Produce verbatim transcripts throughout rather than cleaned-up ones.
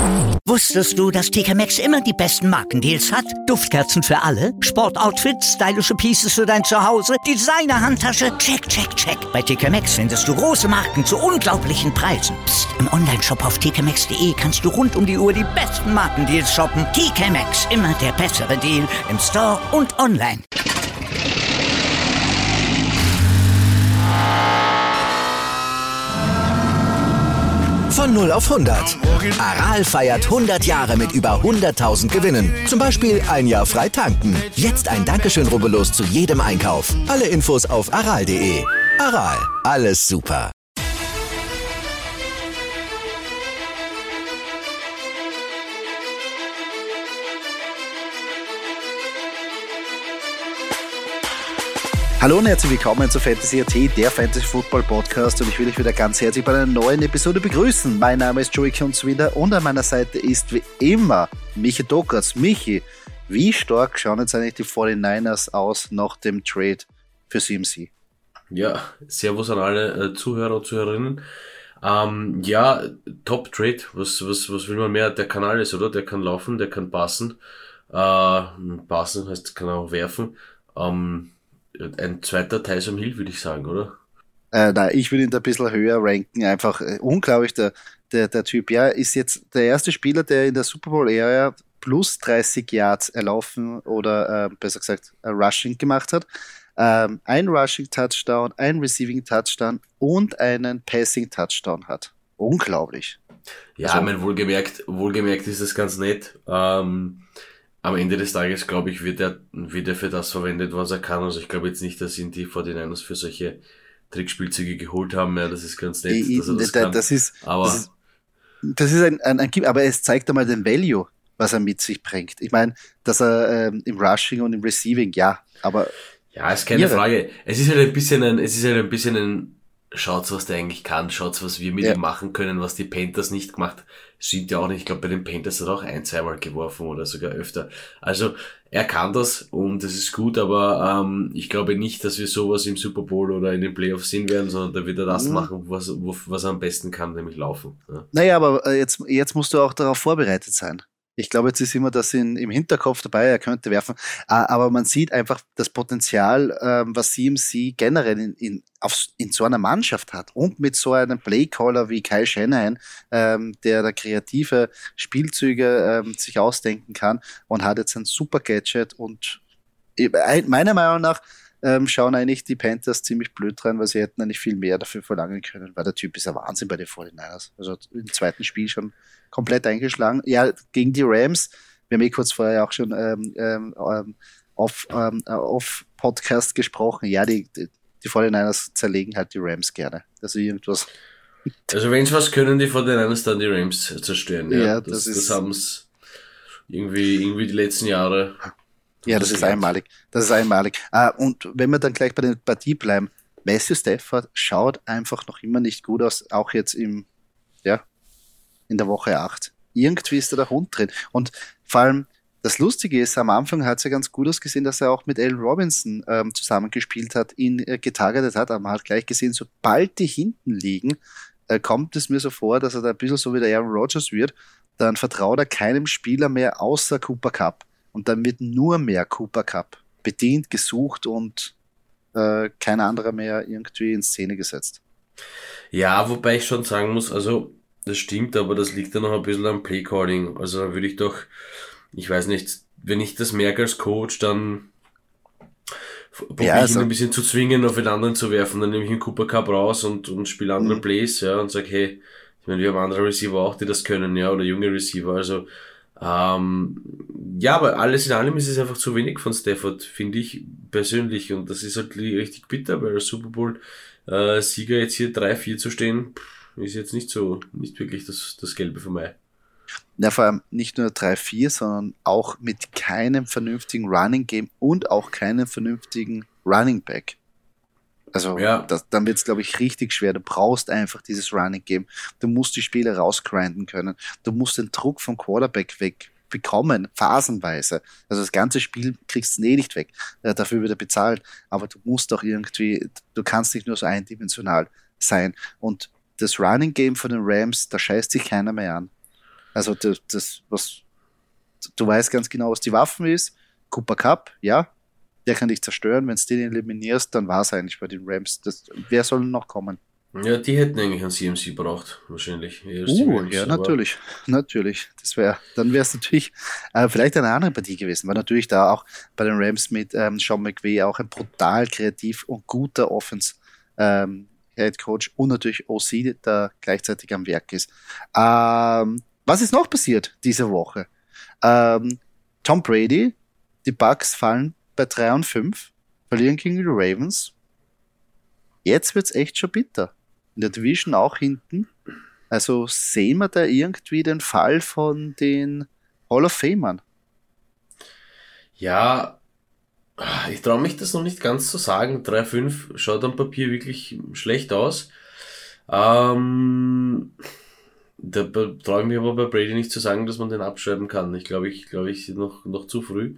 Wusstest du, dass T K Maxx immer die besten Markendeals hat? Duftkerzen für alle, Sportoutfits, stylische Pieces für dein Zuhause, Designer-Handtasche, check, check, check. Bei T K Maxx findest du große Marken zu unglaublichen Preisen. Psst. Im Onlineshop auf t k maxx punkt d e kannst du rund um die Uhr die besten Markendeals shoppen. T K Maxx, immer der bessere Deal im Store und online. Von null auf hundert. Aral feiert hundert Jahre mit über hunderttausend Gewinnen. Zum Beispiel ein Jahr frei tanken. Jetzt ein Dankeschön, rubbellos zu jedem Einkauf. Alle Infos auf aral punkt de. Aral, alles super. Hallo und herzlich willkommen zu Fantasy Punkt at, der Fantasy Football Podcast, und ich will euch wieder ganz herzlich bei einer neuen Episode begrüßen. Mein Name ist Joey Kunzwinder und an meiner Seite ist wie immer Michi Dokratz. Michi, wie stark schauen jetzt eigentlich die forty-niners aus nach dem Trade für C M C? Ja, servus an alle äh, Zuhörer und Zuhörerinnen. Ähm, ja, Top Trade, was, was, was will man mehr? Der kann alles, oder? Der kann laufen, der kann passen. Äh, passen heißt, kann auch werfen. Ähm, Ein zweiter Tyson Hill, würde ich sagen, oder? Äh, nein, ich würde ihn da ein bisschen höher ranken. Einfach äh, unglaublich, der, der, der Typ. Ja, ist jetzt der erste Spieler, der in der Super Bowl-Ära plus dreißig Yards erlaufen oder äh, besser gesagt äh, Rushing gemacht hat. Ähm, ein Rushing-Touchdown, ein Receiving-Touchdown und einen Passing-Touchdown hat. Unglaublich. Ja, also, ich meine, wohlgemerkt, wohlgemerkt ist das ganz nett. Ähm, Am Ende des Tages, glaube ich, wird er, wird er für das verwendet, was er kann. Also ich glaube jetzt nicht, dass ihn die forty-niners für solche Trickspielzüge geholt haben. Ja, das ist ganz nett, ich, dass er das da, kann. Das ist, aber das ist, das ist ein, ein, ein, aber es zeigt einmal den Value, was er mit sich bringt. Ich meine, dass er ähm, im Rushing und im Receiving, ja, aber ja, ist keine ihre. Frage. Es ist halt ein bisschen ein, es ist halt ein bisschen ein, schaut's, was der eigentlich kann, schaut's, was wir mit ja. ihm machen können, was die Panthers nicht gemacht. Stimmt ja auch nicht. Ich glaube, bei den Panthers hat er auch ein, zweimal geworfen oder sogar öfter. Also, er kann das und das ist gut, aber ähm, ich glaube nicht, dass wir sowas im Super Bowl oder in den Playoffs sehen werden, sondern da wird er das mhm. machen, was, was er am besten kann, nämlich laufen. Ja. Naja, aber jetzt, jetzt musst du auch darauf vorbereitet sein. Ich glaube, jetzt ist immer das in, im Hinterkopf dabei, er könnte werfen. Aber man sieht einfach das Potenzial, ähm, was C M C generell in, in, auf, in so einer Mannschaft hat. Und mit so einem Playcaller wie Kyle Shanahan, ähm, der da kreative Spielzüge ähm, sich ausdenken kann und hat jetzt ein super Gadget. Und meiner Meinung nach ähm, schauen eigentlich die Panthers ziemlich blöd rein, weil sie hätten eigentlich viel mehr dafür verlangen können, weil der Typ ist ein Wahnsinn bei den forty-niners. Also im zweiten Spiel schon komplett eingeschlagen. Ja, gegen die Rams, wir haben eh kurz vorher auch schon ähm, ähm, auf, ähm, auf Podcast gesprochen, ja, die, die, die forty-niners zerlegen halt die Rams gerne. Also irgendwas. Also wenn es was können, die forty-niners dann die Rams zerstören. Ja, ja das, das, das haben es irgendwie, irgendwie die letzten Jahre. Ja, das, das ist einmalig. Das ist einmalig. Ah, und wenn wir dann gleich bei der Partie bleiben, Matthew Stafford schaut einfach noch immer nicht gut aus, auch jetzt im, ja, in der Woche acht. Irgendwie ist da der Hund drin. Und vor allem, das Lustige ist, am Anfang hat es ja ganz gut ausgesehen, dass er auch mit Allen Robinson ähm, zusammengespielt hat, ihn äh, getargetet hat, aber man hat gleich gesehen, sobald die hinten liegen, äh, kommt es mir so vor, dass er da ein bisschen so wie der Aaron Rodgers wird, dann vertraut er keinem Spieler mehr außer Cooper Kupp. Und dann wird nur mehr Cooper Kupp bedient, gesucht und äh, kein anderer mehr irgendwie in Szene gesetzt. Ja, wobei ich schon sagen muss, also das stimmt, aber das liegt dann noch ein bisschen am Playcalling. Also da würde ich doch, ich weiß nicht, wenn ich das merke als Coach, dann probiere ja, also, ich ihn ein bisschen zu zwingen, auf den anderen zu werfen. Dann nehme ich einen Cooper Kupp raus und, und spiele andere mhm. Plays, ja, und sage, hey, ich meine, wir haben andere Receiver auch, die das können, ja, oder junge Receiver, also Ähm, ja, aber alles in allem ist es einfach zu wenig von Stafford, finde ich persönlich, und das ist halt richtig bitter, weil der Super Bowl äh, Sieger jetzt hier drei vier zu stehen, ist jetzt nicht so, nicht wirklich das, das Gelbe für mich. Ja, vor allem nicht nur drei vier, sondern auch mit keinem vernünftigen Running Game und auch keinem vernünftigen Running Back. Also ja. das, dann wird es, glaube ich, richtig schwer. Du brauchst einfach dieses Running Game. Du musst die Spiele rausgrinden können. Du musst den Druck vom Quarterback weg bekommen, phasenweise. Also das ganze Spiel kriegst du eh nicht weg. Äh, dafür wird er bezahlt. Aber du musst auch irgendwie, du kannst nicht nur so eindimensional sein. Und das Running Game von den Rams, da scheißt sich keiner mehr an. Also das, das, was du weißt ganz genau, was die Waffen ist. Cooper Kupp, ja, der kann dich zerstören. Wenn du den eliminierst, dann war es eigentlich bei den Rams. Das, wer soll noch kommen? Ja, die hätten eigentlich einen C M C braucht, wahrscheinlich. Uh, Rams, ja, natürlich. Natürlich. Das wäre, dann wäre es natürlich äh, vielleicht eine andere Partie gewesen, weil natürlich da auch bei den Rams mit ähm, Sean McVay auch ein brutal kreativ und guter Offense ähm, Head Coach und natürlich O C, der gleichzeitig am Werk ist. Ähm, was ist noch passiert diese Woche? Ähm, Tom Brady, die Bucks fallen bei drei und fünf, verlieren gegen die Ravens. Jetzt wird's echt schon bitter. In der Division auch hinten. Also sehen wir da irgendwie den Fall von den Hall of Famern? Ja, ich traue mich das noch nicht ganz zu sagen. drei fünf schaut am Papier wirklich schlecht aus. Ähm, da traue ich mich aber bei Brady nicht zu sagen, dass man den abschreiben kann. Ich glaube, ich glaube, ich noch, noch zu früh.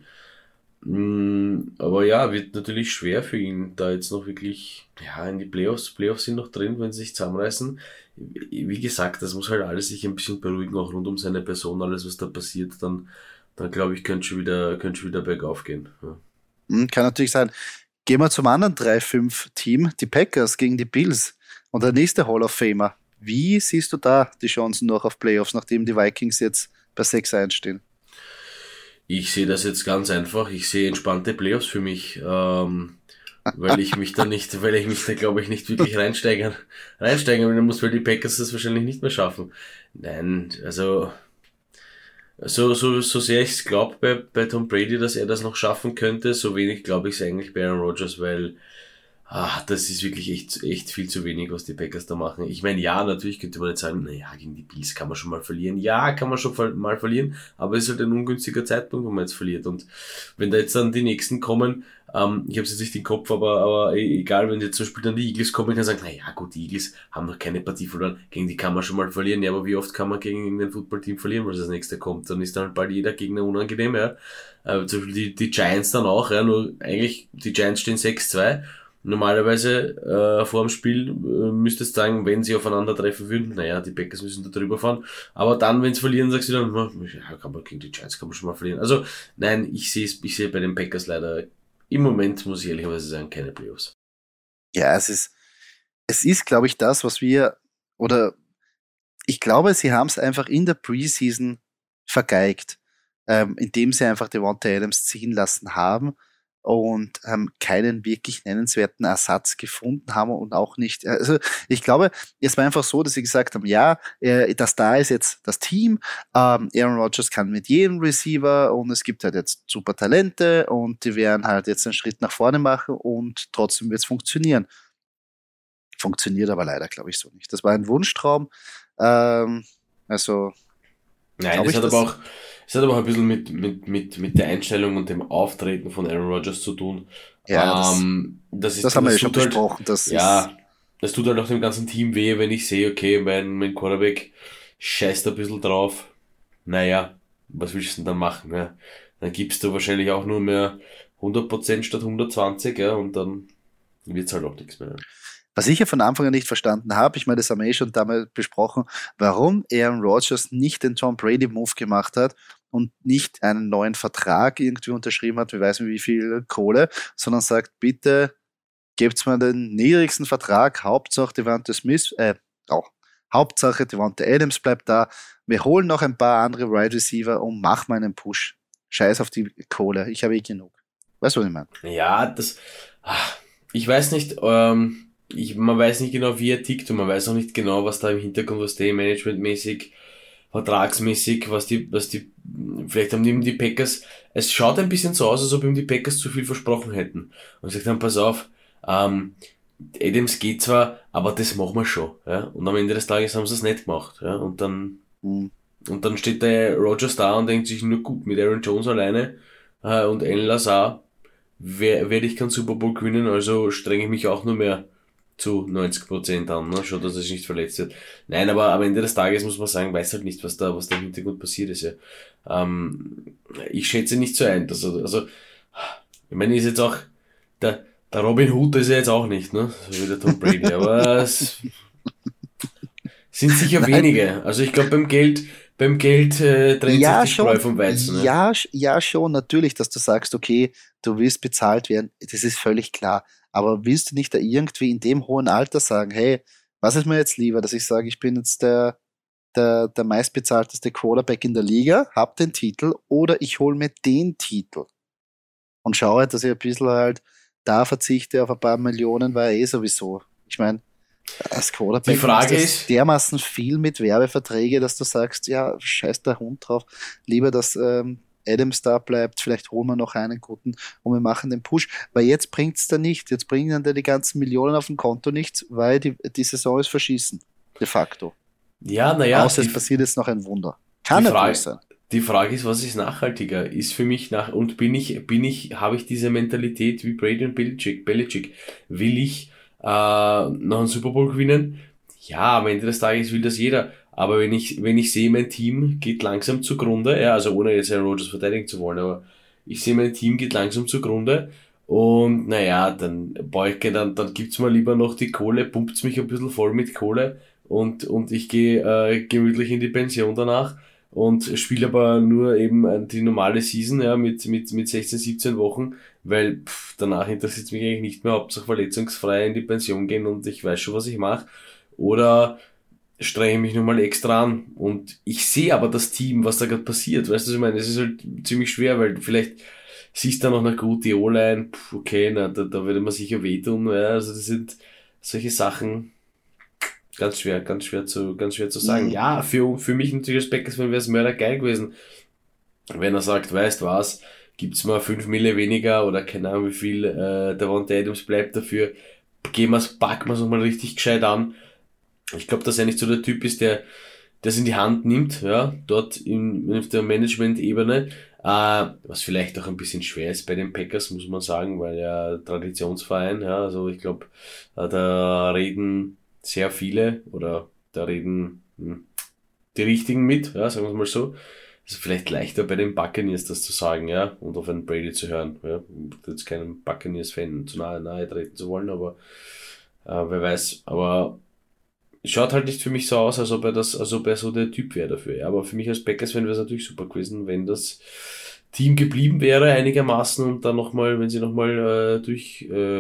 Aber ja, wird natürlich schwer für ihn, da jetzt noch wirklich, ja, in die Playoffs, Playoffs sind noch drin, wenn sie sich zusammenreißen. Wie gesagt, das muss halt alles sich ein bisschen beruhigen, auch rund um seine Person, alles was da passiert, dann, dann glaube ich, könnte schon wieder, könnte schon wieder bergauf gehen. Ja. Kann natürlich sein. Gehen wir zum anderen drei fünf Team, die Packers gegen die Bills und der nächste Hall of Famer. Wie siehst du da die Chancen noch auf Playoffs, nachdem die Vikings jetzt bei sechs eins stehen? Ich sehe das jetzt ganz einfach. Ich sehe entspannte Playoffs für mich, ähm, weil ich mich da nicht, weil ich mich da glaube ich nicht wirklich reinsteigern, reinsteigern muss, weil die Packers das wahrscheinlich nicht mehr schaffen. Nein, also so so so sehr ich es glaube bei bei Tom Brady, dass er das noch schaffen könnte, so wenig glaube ich es eigentlich bei Aaron Rodgers, weil ah, das ist wirklich echt echt viel zu wenig, was die Packers da machen. Ich meine, ja, natürlich könnte man jetzt sagen, naja, gegen die Bills kann man schon mal verlieren. Ja, kann man schon mal verlieren, aber es ist halt ein ungünstiger Zeitpunkt, wo man jetzt verliert. Und wenn da jetzt dann die nächsten kommen, ähm, ich habe jetzt nicht den Kopf, aber aber egal, wenn jetzt zum Beispiel dann die Eagles kommen, dann sagen, naja, gut, die Eagles haben noch keine Partie verloren, gegen die kann man schon mal verlieren. Ja, aber wie oft kann man gegen irgendein Footballteam verlieren, was das nächste kommt? Dann ist dann bald jeder Gegner unangenehm, ja. Äh, zum Beispiel die, die Giants dann auch, ja, nur eigentlich, die Giants stehen sechs zwei. Normalerweise äh, vor dem Spiel äh, müsste es sagen, wenn sie aufeinandertreffen würden, naja, die Packers müssen da drüber fahren, aber dann, wenn sie verlieren, sagst du dann, ja, kann man gegen die Giants kann man schon mal verlieren. Also nein, ich sehe ich sehe bei den Packers leider im Moment, muss ich ehrlicherweise sagen, keine Playoffs. Ja, es ist, es ist, glaube ich, das, was wir, oder ich glaube, sie haben es einfach in der Preseason vergeigt, ähm, indem sie einfach Devonta Adams ziehen lassen haben und ähm, keinen wirklich nennenswerten Ersatz gefunden haben und auch nicht, also ich glaube, es war einfach so, dass sie gesagt haben, ja, äh, das da ist jetzt das Team, ähm, Aaron Rodgers kann mit jedem Receiver und es gibt halt jetzt super Talente und die werden halt jetzt einen Schritt nach vorne machen und trotzdem wird es funktionieren. Funktioniert aber leider, glaube ich, so nicht. Das war ein Wunschtraum, ähm, also Nein, es hat aber auch Es hat aber auch ein bisschen mit, mit, mit, mit der Einstellung und dem Auftreten von Aaron Rodgers zu tun. Ja, ähm, das, ist, das haben wir ja schon halt, besprochen. Das ja, ist das tut halt auch dem ganzen Team weh, wenn ich sehe, okay, mein, mein Quarterback scheißt ein bisschen drauf. Naja, was willst du denn dann machen? Ja? Dann gibst du wahrscheinlich auch nur mehr hundert Prozent statt hundertzwanzig, ja, und dann wird's halt auch nichts mehr. Was ich ja von Anfang an nicht verstanden habe, ich meine, das haben wir eh schon damals besprochen, warum Aaron Rodgers nicht den Tom Brady-Move gemacht hat und nicht einen neuen Vertrag irgendwie unterschrieben hat, wir wissen wie viel Kohle, sondern sagt, bitte gebt's mir den niedrigsten Vertrag, Hauptsache Devonta Smith, äh, auch, Hauptsache Devonta Adams bleibt da, wir holen noch ein paar andere Wide Receiver und mach mal einen Push. Scheiß auf die Kohle, ich habe eh genug. Weißt du, was ich meine? Ja, das, ich weiß nicht, ähm, Ich, man weiß nicht genau, wie er tickt und man weiß auch nicht genau, was da im Hintergrund, was der managementmäßig, vertragsmäßig, was die, was die, vielleicht haben ihm die Packers, es schaut ein bisschen so aus, als ob ihm die Packers zu viel versprochen hätten. Und sagt dann, pass auf, ähm, Adams geht zwar, aber das machen wir schon, ja. Und am Ende des Tages haben sie es nicht gemacht, ja. Und dann, mhm. und dann steht der Rodgers da und denkt sich nur gut, mit Aaron Jones alleine, äh, und Alan Lazar werde ich keinen Super Bowl gewinnen, also strenge ich mich auch nur mehr zu neunzig Prozent an, ne? Schon, dass er sich nicht verletzt wird. Nein, aber am Ende des Tages muss man sagen, weiß halt nicht, was da, was da im Hintergrund passiert ist, ja. Ähm, ich schätze nicht so ein, dass er, also, ich meine, ist jetzt auch, der, der Robin Hood ist er jetzt auch nicht, ne? So wie der Tom Brady, aber es sind sicher Nein. wenige. Also ich glaube, beim Geld, beim Geld äh, trennt Ja, sich die Spreu schon. vom Weizen. Ne? Ja, sch- ja, schon, natürlich, dass du sagst, okay, du willst bezahlt werden, das ist völlig klar. Aber willst du nicht da irgendwie in dem hohen Alter sagen, hey, was ist mir jetzt lieber, dass ich sage, ich bin jetzt der, der, der meistbezahlteste Quarterback in der Liga, hab den Titel, oder ich hole mir den Titel und schaue, dass ich ein bisschen halt da verzichte auf ein paar Millionen, war eh sowieso. Ich meine, als Die Quarterback Frage ist das ist, dermaßen viel mit Werbeverträge, dass du sagst, ja, scheiß der Hund drauf, lieber, dass ähm, Adams da bleibt, vielleicht holen wir noch einen guten und wir machen den Push, weil jetzt bringt's da nicht, jetzt bringen dann die ganzen Millionen auf dem Konto nichts, weil die, die Saison ist verschießen, de facto. ja, naja, Außer die, es passiert jetzt noch ein Wunder. die Kann natürlich Frage, sein. die Frage ist, was ist nachhaltiger? Ist für mich nach, und bin ich, bin ich, habe ich diese Mentalität wie Brady und Belichick, Belichick? Will ich äh, noch einen Super Bowl gewinnen? Ja, am Ende des Tages will das jeder. Aber wenn ich, wenn ich sehe, mein Team geht langsam zugrunde, ja, also ohne jetzt Aaron Rodgers verteidigen zu wollen, aber ich sehe, mein Team geht langsam zugrunde und naja, dann, Beuke, dann, dann gibt's mir lieber noch die Kohle, pumpt's mich ein bisschen voll mit Kohle und, und ich gehe äh, gemütlich in die Pension danach und spiele aber nur eben äh, die normale Season, ja, mit, mit, mit sechzehn, siebzehn Wochen, weil pff, danach interessiert mich eigentlich nicht mehr, Hauptsache verletzungsfrei in die Pension gehen und ich weiß schon, was ich mache. Oder strenge mich nochmal extra an. Und ich sehe aber das Team, was da gerade passiert. Weißt du, was ich meine? Es ist halt ziemlich schwer, weil vielleicht siehst du da noch eine gute O-Line, Puh, okay, na, da, da würde man sicher wehtun. Ja, also das sind solche Sachen ganz schwer, ganz schwer zu, ganz schwer zu sagen. Mhm. Ja, für, für mich natürlich als Packers-Fan wäre es mörder geil gewesen, wenn er sagt, weißt was, gibt's mal fünf Mille weniger oder keine Ahnung wie viel, äh, Davante Adams bleibt dafür, gehen wir's, packen wir's nochmal richtig gescheit an. Ich glaube, dass er nicht so der Typ ist, der das in die Hand nimmt, ja, dort in, auf der Management-Ebene, äh, was vielleicht auch ein bisschen schwer ist bei den Packers, muss man sagen, weil ja Traditionsverein, ja, also ich glaube, äh, da reden sehr viele oder da reden hm, die Richtigen mit, ja, sagen wir es mal so. Also vielleicht leichter bei den Buccaneers das zu sagen, ja, und auf einen Brady zu hören, ja, jetzt keinen Buccaneers-Fan zu nahe, nahe treten zu wollen, aber äh, wer weiß, aber schaut halt nicht für mich so aus, als ob er das, als ob er so der Typ wäre dafür. Ja, aber für mich als Packers-Fan wäre es natürlich super gewesen, wenn das Team geblieben wäre einigermaßen und dann nochmal, wenn sie nochmal äh, durch,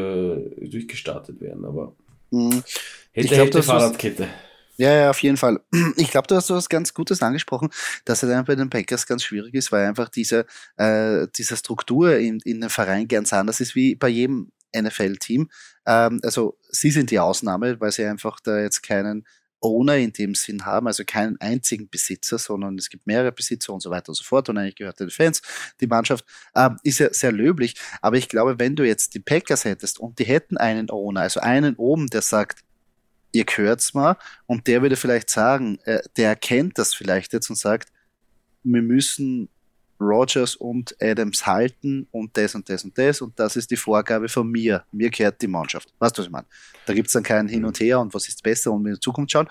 äh, durchgestartet wären. Aber Mhm. Ich hätte, glaube, hätte das was, Fahrradkette. ja, ja, auf jeden Fall. Ich glaube, du hast was ganz Gutes angesprochen, dass es einfach bei den Packers ganz schwierig ist, weil einfach diese, äh, diese Struktur in, in den Verein ganz anders ist wie bei jedem N F L-Team. Ähm, also sie sind die Ausnahme, weil sie einfach da jetzt keinen Owner in dem Sinn haben, also keinen einzigen Besitzer, sondern es gibt mehrere Besitzer und so weiter und so fort und eigentlich gehört den Fans, die Mannschaft, ähm, ist ja sehr löblich, aber ich glaube, wenn du jetzt die Packers hättest und die hätten einen Owner, also einen oben, der sagt, ihr gehört's mal, und der würde vielleicht sagen, äh, der erkennt das vielleicht jetzt und sagt, wir müssen Rodgers und Adams halten und das und das und das und das ist die Vorgabe von mir. Mir gehört die Mannschaft. Weißt du, was ich meine? Da gibt's dann kein Hin und Her und was ist besser und in die Zukunft schauen.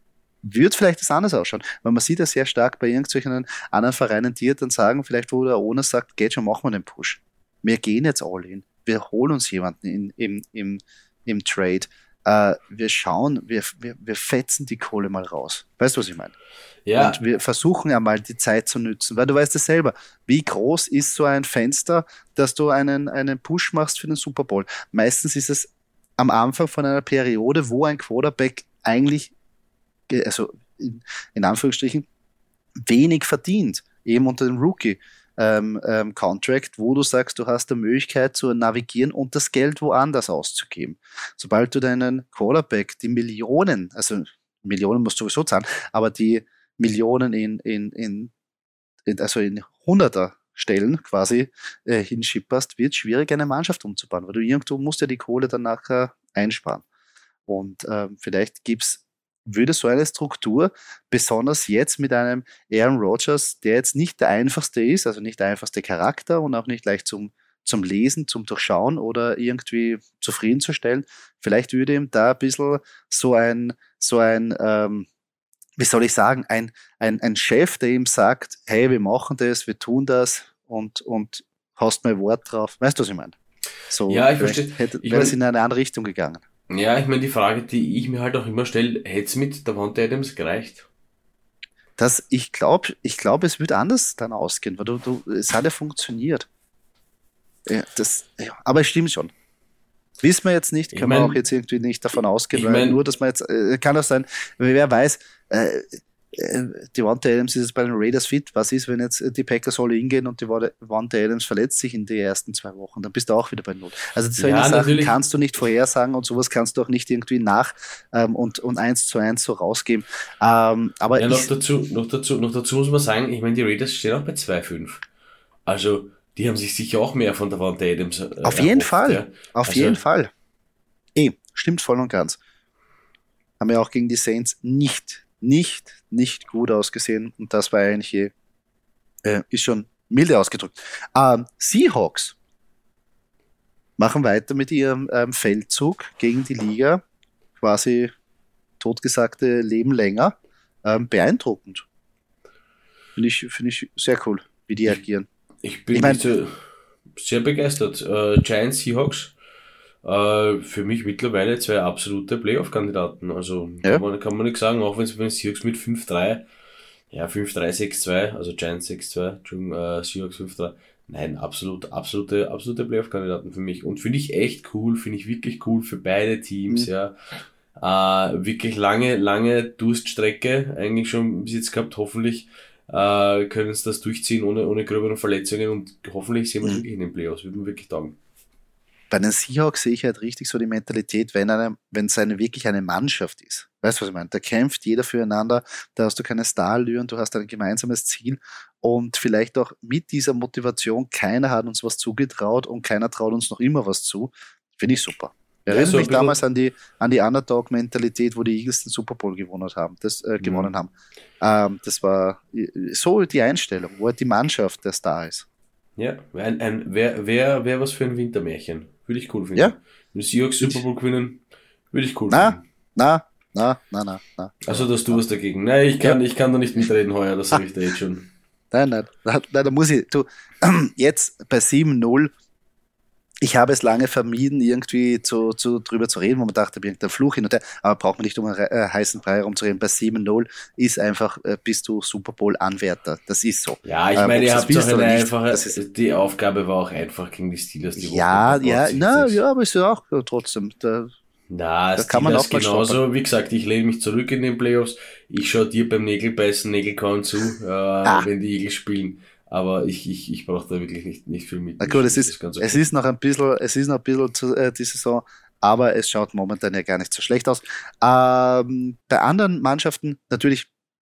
Wird vielleicht das anders ausschauen, weil man sieht ja sehr stark bei irgendwelchen anderen Vereinen, die dann sagen, vielleicht wo der Owner sagt, geht schon, machen wir den Push. Wir gehen jetzt all in. Wir holen uns jemanden in, im, im, im Trade. Uh, wir schauen, wir, wir, wir fetzen die Kohle mal raus. Weißt du, was ich meine? Ja. Und wir versuchen ja mal die Zeit zu nützen, weil du weißt es selber, wie groß ist so ein Fenster, dass du einen, einen Push machst für den Super Bowl. Meistens ist es am Anfang von einer Periode, wo ein Quarterback eigentlich, also in, in Anführungsstrichen, wenig verdient, eben unter dem Rookie. Ähm, ähm, Contract, wo du sagst, du hast die Möglichkeit zu navigieren und das Geld woanders auszugeben. Sobald du deinen Quarterback die Millionen, also Millionen musst du sowieso zahlen, aber die Millionen in, in, in, in also in Hunderter Stellen quasi äh, hinschipperst, wird es schwierig, eine Mannschaft umzubauen, weil du irgendwo musst ja die Kohle dann nachher einsparen. Und ähm, vielleicht gibt's würde so eine Struktur, besonders jetzt mit einem Aaron Rodgers, der jetzt nicht der einfachste ist, also nicht der einfachste Charakter und auch nicht leicht zum, zum Lesen, zum Durchschauen oder irgendwie zufriedenzustellen, vielleicht würde ihm da ein bisschen so ein, so ein, ähm, wie soll ich sagen, ein, ein, ein Chef, der ihm sagt, hey, wir machen das, wir tun das und, und hast mein Wort drauf. Weißt du, was ich meine? So, Ja, ich verstehe. Hätte, Ich wäre es mein- in eine andere Richtung gegangen. Ja, ich meine, die Frage, die ich mir halt auch immer stelle, hätte es mit Davante Adams gereicht? dass ich glaube, ich glaube, es wird anders dann ausgehen, weil du, du, es hat ja funktioniert. Ja, das, ja, aber es stimmt schon. Wissen wir jetzt nicht, können ich mein, wir auch jetzt irgendwie nicht davon ausgehen, weil mein, nur, dass man jetzt, äh, kann auch sein, wer weiß, äh, äh, Devonta Adams ist jetzt bei den Raiders fit, was ist, wenn jetzt die Packers alle hingehen und Devonta Adams verletzt sich in den ersten zwei Wochen, dann bist du auch wieder bei Null. Also solche ja, Sachen kannst du nicht vorhersagen und sowas kannst du auch nicht irgendwie nach ähm, und, und eins zu eins so rausgeben. Ähm, aber ja, noch, ich, dazu, noch, dazu, noch dazu muss man sagen, ich meine, die Raiders stehen auch bei zwei fünf. Also die haben sich sicher auch mehr von der Devonta Adams äh, Auf jeden erhofft, Fall, ja. auf also, jeden Fall. Eh, stimmt voll und ganz. Haben ja auch gegen die Saints nicht, nicht, nicht gut ausgesehen und das war eigentlich eh, äh, ist schon milde ausgedrückt. Ähm, Seahawks machen weiter mit ihrem ähm, Feldzug gegen die Liga, quasi totgesagte Leben länger. Ähm, beeindruckend. Finde ich, finde ich sehr cool, wie die agieren. Ich bin ich mein, sehr, sehr begeistert. Äh, Giants, Seahawks, äh, für mich mittlerweile zwei absolute Playoff-Kandidaten. Also ja. kann, man, kann man nicht sagen, auch wenn es bei den Seahawks mit fünf drei, ja fünf drei, sechs zwei, also Giants sechs zwei, Entschuldigung, äh, Seahawks fünf drei. Nein, absolut, absolute, absolute Playoff-Kandidaten für mich. Und finde ich echt cool, finde ich wirklich cool für beide Teams, mhm. ja. Äh, wirklich lange, lange Durststrecke eigentlich schon bis jetzt gehabt, hoffentlich. Uh, können es das durchziehen ohne, ohne gröbere Verletzungen und hoffentlich sehen wir es mhm. wirklich in den Playoffs, würde man wirklich taugen. Bei den Seahawks sehe ich halt richtig so die Mentalität, wenn eine, wenn es eine, wirklich eine Mannschaft ist. Weißt du, was ich meine? Da kämpft jeder füreinander, da hast du keine Starallüren, du hast ein gemeinsames Ziel und vielleicht auch mit dieser Motivation, keiner hat uns was zugetraut und keiner traut uns noch immer was zu. Finde ich super. Erinnert ja, so mich damals an die, an die Underdog-Mentalität, wo die Eagles den Super Bowl gewonnen haben. Das, äh, gewonnen mhm. haben. Ähm, das war so die Einstellung, wo halt die Mannschaft der Star ist. Ja, ein, ein, wäre wär, wär was für ein Wintermärchen. Würde ich cool finden. Ja. Wenn die Seahawks Super Bowl gewinnen, würde ich cool na, finden. Na, na, na, na, na. Also, dass du na. was dagegen. Nein, ich kann, ja. ich kann da nicht mitreden heuer, das sage ich dir jetzt schon. Nein, nein, nein, da muss ich, du, jetzt bei sieben null, ich habe es lange vermieden, irgendwie zu, zu, drüber zu reden, wo man dachte, irgendein Fluch hin und her, aber braucht man nicht um einen äh, heißen Brei herumzureden. Bei sieben null ist einfach, äh, bist du Super Bowl-Anwärter. Das ist so. Ja, ich meine, ähm, ihr habt auch eine einfache, die Aufgabe war auch einfach gegen die Steelers. Die ja, ja, na, ja, aber ist ja auch trotzdem, da, na, da kann man auch genauso. Stoppen. Wie gesagt, ich lehne mich zurück in den Playoffs. Ich schaue dir beim Nägelbeißen, Nägelkauen zu, äh, ah. wenn die Eagles spielen. Aber ich, ich, ich brauche da wirklich nicht, nicht viel mit. Na gut, es ist, ist es ist noch ein bisschen, es ist noch ein bisschen zu, äh, die Saison, aber es schaut momentan ja gar nicht so schlecht aus. Ähm, bei anderen Mannschaften natürlich,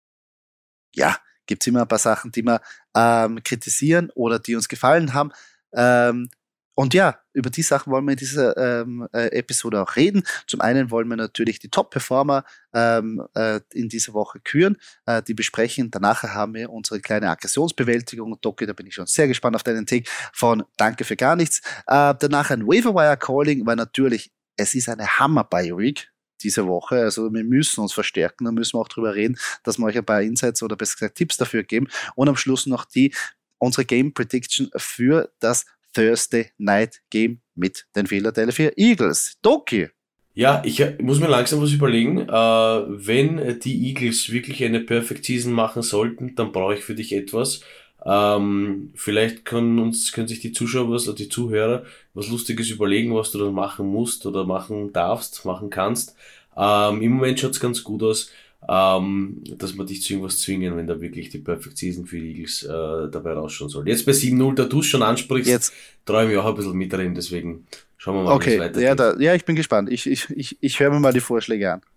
ja, gibt's immer ein paar Sachen, die wir ähm, kritisieren oder die uns gefallen haben. Ähm, Und ja, über die Sachen wollen wir in dieser ähm, äh, Episode auch reden. Zum einen wollen wir natürlich die Top-Performer ähm, äh, in dieser Woche küren, äh, die besprechen. Danach haben wir unsere kleine Aggressionsbewältigung. Doki, da bin ich schon sehr gespannt auf deinen Take von Danke für gar nichts. Äh, danach ein Waiver-Wire-Calling, weil natürlich, es ist eine Hammer-Bye-Week diese Woche. Also wir müssen uns verstärken, da müssen wir auch drüber reden, dass wir euch ein paar Insights oder besser gesagt Tipps dafür geben. Und am Schluss noch die unsere Game Prediction für das Thursday Night Game mit den Philadelphia Eagles. Doki. Ja, ich muss mir langsam was überlegen. Äh, wenn die Eagles wirklich eine Perfect Season machen sollten, dann brauche ich für dich etwas. Ähm, vielleicht können uns, können sich die Zuschauer was, oder die Zuhörer was Lustiges überlegen, was du dann machen musst oder machen darfst, machen kannst. Ähm, im Moment schaut's ganz gut aus. Ähm, dass man dich zu irgendwas zwingen, wenn da wirklich die Perfect Season für die Eagles äh, dabei rausschauen soll. Jetzt bei sieben null, da du es schon ansprichst, jetzt träume ich auch ein bisschen mitreden, deswegen schauen wir mal, okay, wie es weitergeht. Ja, da, ja, ich bin gespannt. Ich, ich, ich, ich höre mir mal die Vorschläge an.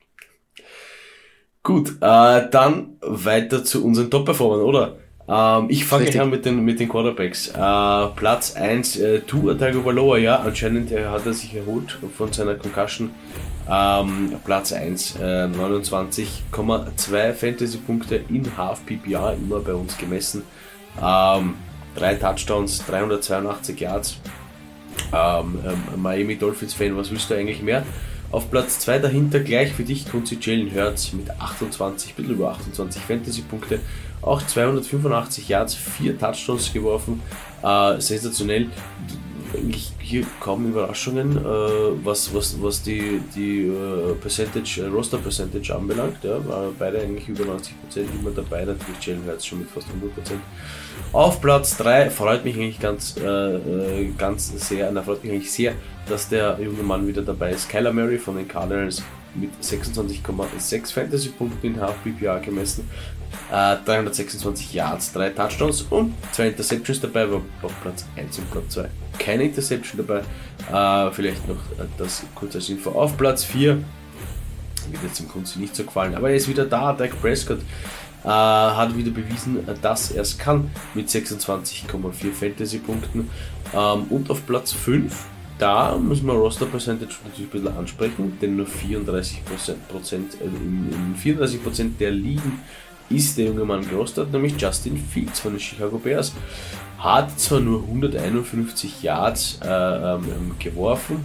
Gut, äh, dann weiter zu unseren Top-Performern, oder? Ähm, ich fange gleich an mit den, mit den Quarterbacks. Äh, Platz eins, äh, Tua Tagovailoa, ja, anscheinend äh, hat er sich erholt von seiner Concussion. Ähm, Platz eins, äh, neunundzwanzig Komma zwei Fantasy-Punkte in Half P P R, immer bei uns gemessen. Ähm, drei Touchdowns, dreihundertzweiundachtzig Yards. Ähm, ähm, Miami Dolphins-Fan, was willst du eigentlich mehr? Auf Platz zwei dahinter gleich für dich kommt sie Jalen Hurts mit achtundzwanzig, ein bisschen über achtundzwanzig Fantasy-Punkte. Auch zweihundertfünfundachtzig Yards, vier Touchdowns geworfen. Äh, sensationell. eigentlich hier kaum Überraschungen, äh, was, was, was die, die äh, Percentage, äh, Roster Percentage anbelangt. Ja, waren beide eigentlich über neunzig Prozent immer dabei, natürlich Jalen Hurts schon mit fast hundert Prozent. Auf Platz drei freut mich eigentlich ganz, äh, ganz sehr, na, freut mich eigentlich sehr, dass der junge Mann wieder dabei ist. Kyler Murray von den Cardinals mit sechsundzwanzig Komma sechs Fantasy-Punkten in Half P P R gemessen, äh, dreihundertsechsundzwanzig Yards, drei Touchdowns und zwei Interceptions dabei, war auf Platz eins und Platz zwei keine Interception dabei. Äh, vielleicht noch das kurz als Info. Auf Platz vier wird jetzt im Grunde nicht so gefallen, aber er ist wieder da. Dak Prescott äh, hat wieder bewiesen, dass er es kann mit sechsundzwanzig Komma vier Fantasy-Punkten. Ähm, und auf Platz fünf, da müssen wir Roster Percentage natürlich ein bisschen ansprechen, denn nur vierunddreißig Prozent, äh, in, in vierunddreißig Prozent der Ligen ist der junge Mann gerostet, nämlich Justin Fields von den Chicago Bears. Hat zwar nur hunderteinundfünfzig Yards äh, ähm, geworfen,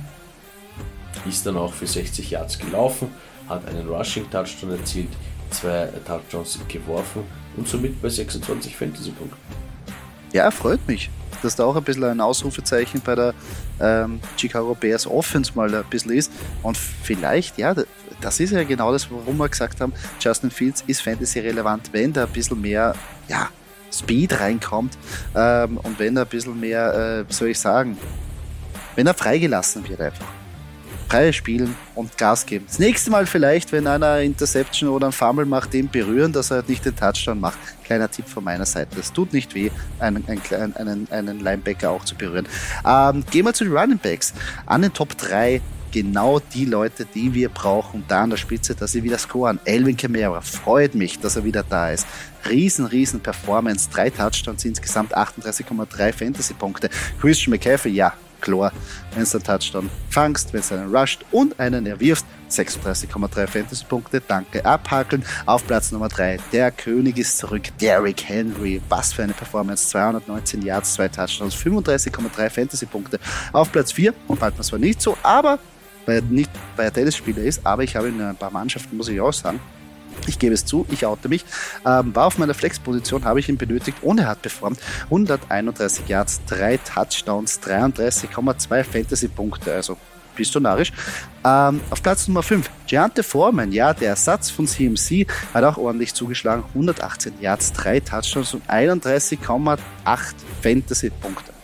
ist dann auch für sechzig Yards gelaufen, hat einen Rushing Touchdown erzielt, zwei Touchdowns geworfen und somit bei sechsundzwanzig Fantasy-Punkten. Ja, freut mich, dass da auch ein bisschen ein Ausrufezeichen bei der ähm, Chicago Bears Offense mal ein bisschen ist. Und vielleicht, ja, das ist ja genau das, warum wir gesagt haben, Justin Fields ist Fantasy-relevant, wenn da ein bisschen mehr, ja, Speed reinkommt ähm, und wenn er ein bisschen mehr, äh, wie soll ich sagen, wenn er freigelassen wird einfach. Freie spielen und Gas geben. Das nächste Mal vielleicht, wenn einer Interception oder ein Fumble macht, den berühren, dass er halt nicht den Touchdown macht. Kleiner Tipp von meiner Seite. Es tut nicht weh, einen, einen, einen, einen Linebacker auch zu berühren. Ähm, gehen wir zu den Running Backs. An den Top drei genau die Leute, die wir brauchen, da an der Spitze, dass sie wieder scoren. Alvin Kamara, freut mich, dass er wieder da ist. Riesen, riesen Performance, drei Touchdowns, insgesamt achtunddreißig Komma drei Fantasy-Punkte. Christian McCaffrey, ja, klar, wenn du einen Touchdown fangst, wenn du einen rusht und einen erwirfst, sechsunddreißig Komma drei Fantasy-Punkte, danke, abhakeln. Auf Platz Nummer drei, der König ist zurück, Derrick Henry, was für eine Performance, zweihundertneunzehn Yards, zwei Touchdowns, fünfunddreißig Komma drei Fantasy-Punkte. Auf Platz vier, und bald man zwar nicht so, aber weil er nicht bei der Tennisspieler ist, aber ich habe in ein paar Mannschaften, muss ich auch sagen, ich gebe es zu, ich oute mich, ähm, war auf meiner Flex-Position, habe ich ihn benötigt und er hat performt. hunderteinunddreißig Yards, drei Touchdowns, dreiunddreißig Komma zwei Fantasy-Punkte, also bist du narrisch. Ähm, auf Platz Nummer fünf, Giante Foreman, ja, der Ersatz von C M C, hat auch ordentlich zugeschlagen, hundertachtzehn Yards, drei Touchdowns und einunddreißig Komma acht Fantasy-Punkte.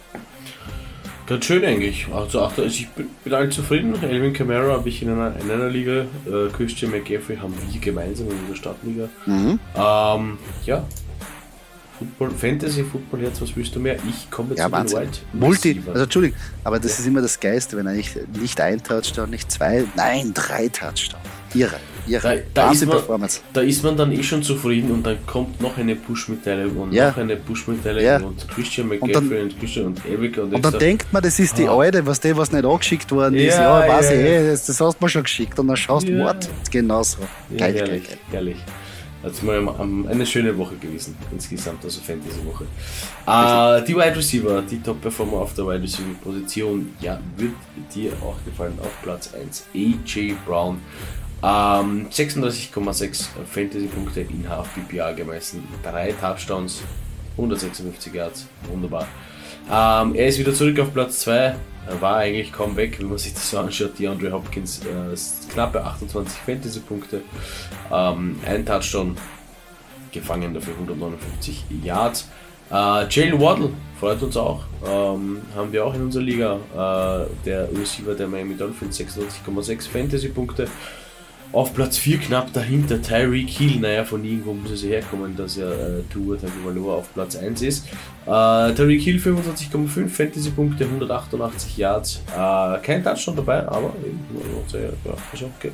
Ganz schön eigentlich. Also, also ich bin, bin alle zufrieden. Alvin Kamara habe ich in einer, in einer Liga, äh, Christian McCaffrey haben wir gemeinsam in der Stadtliga. Mhm. Ähm, ja, Football, Fantasy, Football, jetzt, was willst du mehr? Ich komme jetzt ja, zu den Wahnsinn. White. Multi, also Entschuldigung, aber das ja. ist immer das Geilste, wenn er nicht, nicht ein Touchdown, nicht zwei, nein, drei Touchdown. Irre, irre. Da, da, ist man, da ist man dann eh schon zufrieden und dann kommt noch eine Push-Mitteilung und ja. noch eine Push-Mitteilung ja. und Christian McCaffrey und, dann, und Christian und Erika. Und, und dann denkt man, das ist die ah. alte, was der, was nicht angeschickt worden ist. Ja, ja weiß ja. ich, eh, das, das hast du mir schon geschickt und dann schaust du, ja. genauso. Geil, ja, geil, geil. Geil. Also mal eine schöne Woche gewesen, insgesamt, also Fantasy-Woche. Äh, die Wide Receiver, die Top-Performer auf der Wide Receiver-Position, ja, wird dir auch gefallen. Auf Platz eins, A J Brown. Ähm, sechsunddreißig Komma sechs Fantasy-Punkte in Half P P R gemessen, drei Touchdowns, hundertsechsundfünfzig Yards, wunderbar. Ähm, er ist wieder zurück auf Platz zwei, er war eigentlich kaum weg, wenn man sich das so anschaut. DeAndre Hopkins, äh, knappe achtundzwanzig Fantasy-Punkte, ähm, ein Touchdown, gefangen dafür hundertneunundfünfzig Yards. Äh, Jalen Waddle freut uns auch, ähm, haben wir auch in unserer Liga, äh, der Receiver der Miami Dolphins, sechsundneunzig Komma sechs Fantasy-Punkte. Auf Platz vier knapp dahinter Tyreek Hill, naja, von irgendwo muss es herkommen, dass er äh, Tua Tagovailoa auf Platz eins ist. Äh, Tyreek Hill fünfundzwanzig Komma fünf Fantasy-Punkte, hundertachtundachtzig Yards, äh, kein Touchdown dabei, aber eben, ja, ist okay.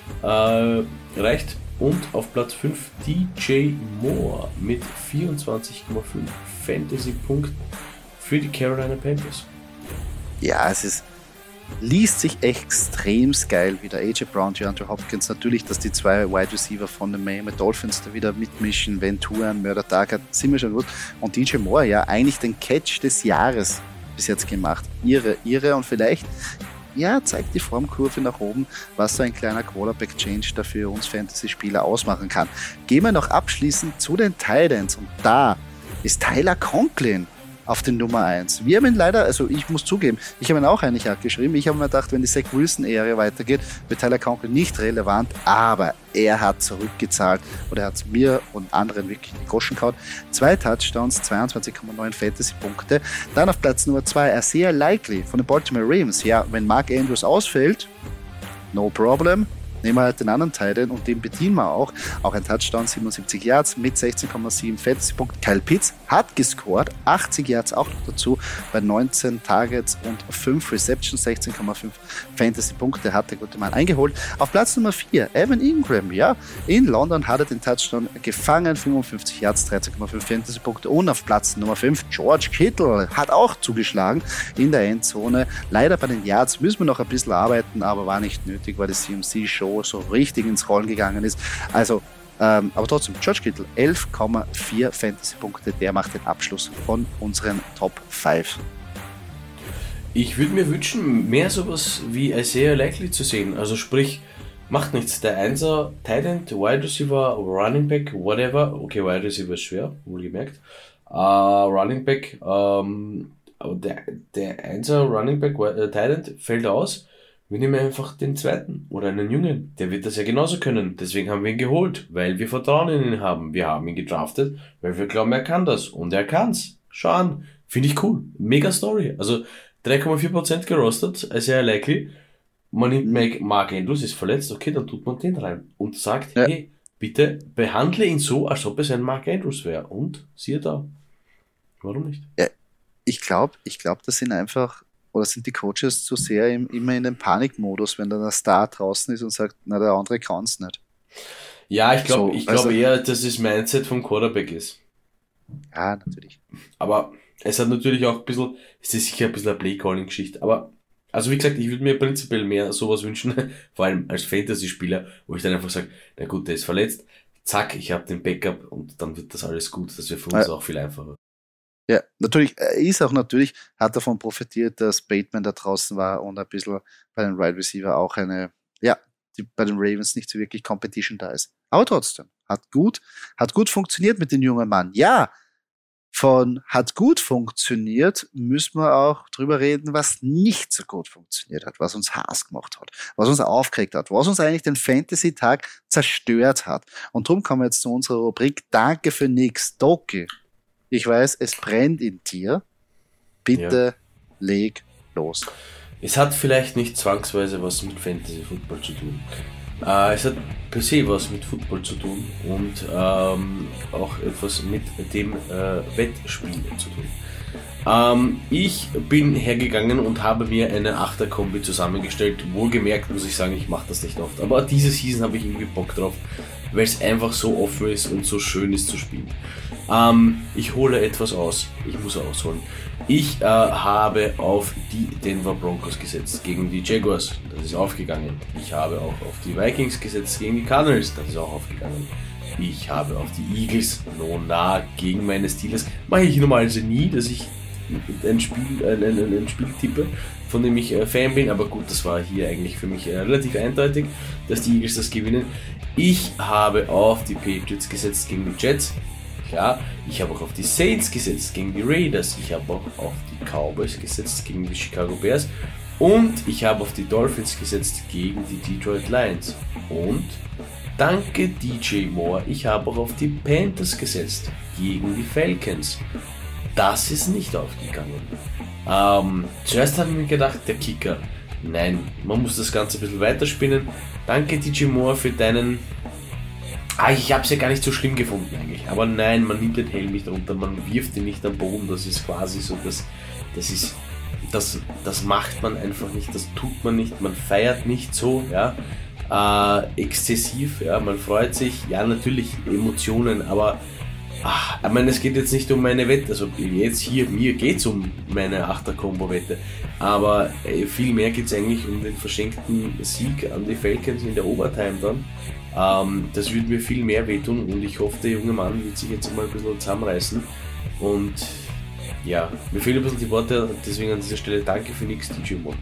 Äh, reicht. Und auf Platz fünf D J Moore mit vierundzwanzig Komma fünf Fantasy-Punkten für die Carolina Panthers. Ja, es ist liest sich extrem geil wieder. A J Brown, DeAndre Hopkins, natürlich, dass die zwei Wide Receiver von den Miami Dolphins da wieder mitmischen, Ventura und Murder Tag hat, sind wir schon gut. Und D J Moore, ja, eigentlich den Catch des Jahres bis jetzt gemacht. Irre, irre und vielleicht, ja, zeigt die Formkurve nach oben, was so ein kleiner Quarterback-Change da für uns Fantasy-Spieler ausmachen kann. Gehen wir noch abschließend zu den Titans und da ist Tyler Conklin auf den Nummer eins. Wir haben ihn leider, also ich muss zugeben, ich habe ihn auch eigentlich geschrieben. Ich habe mir gedacht, wenn die Zach Wilson-Ära weitergeht, wird Tyler Conklin nicht relevant, aber er hat zurückgezahlt oder er hat mir und anderen wirklich die Groschen gehauen. Zwei Touchdowns, zweiundzwanzig Komma neun Fantasy-Punkte. Dann auf Platz Nummer zwei, Isaiah Likely von den Baltimore Ravens. Ja, wenn Mark Andrews ausfällt, no problem. Nehmen wir halt den anderen Teil und den bedienen wir auch. Auch ein Touchdown, siebenundsiebzig Yards mit sechzehn Komma sieben Fantasy-Punkten. Kyle Pitts hat gescored, achtzig Yards auch noch dazu, bei neunzehn Targets und fünf Receptions, sechzehn Komma fünf Fantasy-Punkte hat der gute Mann eingeholt. Auf Platz Nummer vier, Evan Ingram, ja, in London hat er den Touchdown gefangen, fünfundfünfzig Yards, dreizehn Komma fünf Fantasy-Punkte. Und auf Platz Nummer fünf, George Kittle hat auch zugeschlagen in der Endzone. Leider bei den Yards müssen wir noch ein bisschen arbeiten, aber war nicht nötig, weil die C M C-Show so richtig ins Rollen gegangen ist. Also, ähm, aber trotzdem, George Kittle, elf Komma vier Fantasy-Punkte, der macht den Abschluss von unseren Top fünf. Ich würde mir wünschen, mehr sowas wie Isaiah Likely zu sehen. Also sprich, macht nichts. Der Einser, Tight End, Wide Receiver, Running Back, whatever. Okay, Wide Receiver ist schwer, wohlgemerkt. Uh, Running Back, ähm, der, der Einser, Running Back, äh, Tight End fällt aus. Wir nehmen einfach den zweiten oder einen Jungen, der wird das ja genauso können. Deswegen haben wir ihn geholt, weil wir Vertrauen in ihn haben. Wir haben ihn gedraftet, weil wir glauben, er kann das. Und er kann's. Schau an. Finde ich cool. Mega Story. Also drei Komma vier Prozent gerostet, also sehr likely. Man nimmt Mark Andrews, ist verletzt, okay, dann tut man den rein und sagt, ja. Hey, bitte behandle ihn so, als ob es ein Mark Andrews wäre. Und siehe da. Warum nicht? Ja, ich glaube, ich glaube, das sind einfach... Oder sind die Coaches zu sehr im, immer in dem Panikmodus, wenn dann der Star draußen ist und sagt, na, der andere kann es nicht. Ja, ich glaube so, ich glaub also, eher, dass das Mindset vom Quarterback ist. Ja, natürlich. Aber es hat natürlich auch ein bisschen, es ist sicher ein bisschen eine Play-Calling-Geschichte, aber, also wie gesagt, ich würde mir prinzipiell mehr sowas wünschen, vor allem als Fantasy-Spieler, wo ich dann einfach sage, na gut, der ist verletzt, zack, ich habe den Backup und dann wird das alles gut, das wäre für uns ja. auch viel einfacher. Ja, natürlich, er ist auch natürlich, hat davon profitiert, dass Bateman da draußen war und ein bisschen bei den Wide Receiver auch eine, ja, die bei den Ravens nicht so wirklich Competition da ist. Aber trotzdem, hat gut, hat gut funktioniert mit dem jungen Mann. Ja, von hat gut funktioniert, müssen wir auch drüber reden, was nicht so gut funktioniert hat, was uns Hass gemacht hat, was uns aufgeregt hat, was uns eigentlich den Fantasy-Tag zerstört hat. Und darum kommen wir jetzt zu unserer Rubrik Danke für nix, Doki. Ich weiß, es brennt in dir. Bitte ja. leg los. Es hat vielleicht nicht zwangsweise was mit Fantasy Football zu tun. Äh, es hat per se was mit Football zu tun und ähm, auch etwas mit dem äh, Wettspiel zu tun. Ähm, ich bin hergegangen und habe mir eine Achter-Kombi zusammengestellt. Wohlgemerkt muss ich sagen, ich mache das nicht oft. Aber diese Season habe ich irgendwie Bock drauf, weil es einfach so offen ist und so schön ist zu spielen. Ähm, ich hole etwas aus. Ich muss ausholen. Ich äh, habe auf die Denver Broncos gesetzt gegen die Jaguars. Das ist aufgegangen. Ich habe auch auf die Vikings gesetzt gegen die Cardinals. Das ist auch aufgegangen. Ich habe auf die Eagles no nah gegen meine Steelers. Mache ich normalerweise nie, dass ich ein Spiel, ein, ein, ein Spiel tippe, von dem ich äh, Fan bin. Aber gut, das war hier eigentlich für mich äh, relativ eindeutig, dass die Eagles das gewinnen. Ich habe auf die Patriots gesetzt gegen die Jets. Klar, ich habe auch auf die Saints gesetzt gegen die Raiders. Ich habe auch auf die Cowboys gesetzt gegen die Chicago Bears. Und ich habe auf die Dolphins gesetzt gegen die Detroit Lions. Und danke D J Moore, ich habe auch auf die Panthers gesetzt gegen die Falcons. Das ist nicht aufgegangen. Ähm, zuerst habe ich mir gedacht, der Kicker. Nein, man muss das Ganze ein bisschen weiterspinnen. Danke D J Moore für deinen... Ah, ich habe es ja gar nicht so schlimm gefunden eigentlich. Aber nein, man nimmt den Helm nicht runter, man wirft ihn nicht am Boden. Das ist quasi so, das, das ist... Das, das macht man einfach nicht, das tut man nicht, man feiert nicht so, ja. Äh, exzessiv, ja, man freut sich, ja, natürlich Emotionen, aber ach, ich meine, es geht jetzt nicht um meine Wette, also jetzt hier, mir geht es um meine Achter-Kombo-Wette, aber äh, viel mehr geht es eigentlich um den verschenkten Sieg an die Falcons in der Overtime dann. Ähm, das würde mir viel mehr wehtun und ich hoffe, der junge Mann wird sich jetzt mal ein bisschen zusammenreißen und ja, mir fehlen ein bisschen die Worte, deswegen an dieser Stelle danke für nix, D J Moore.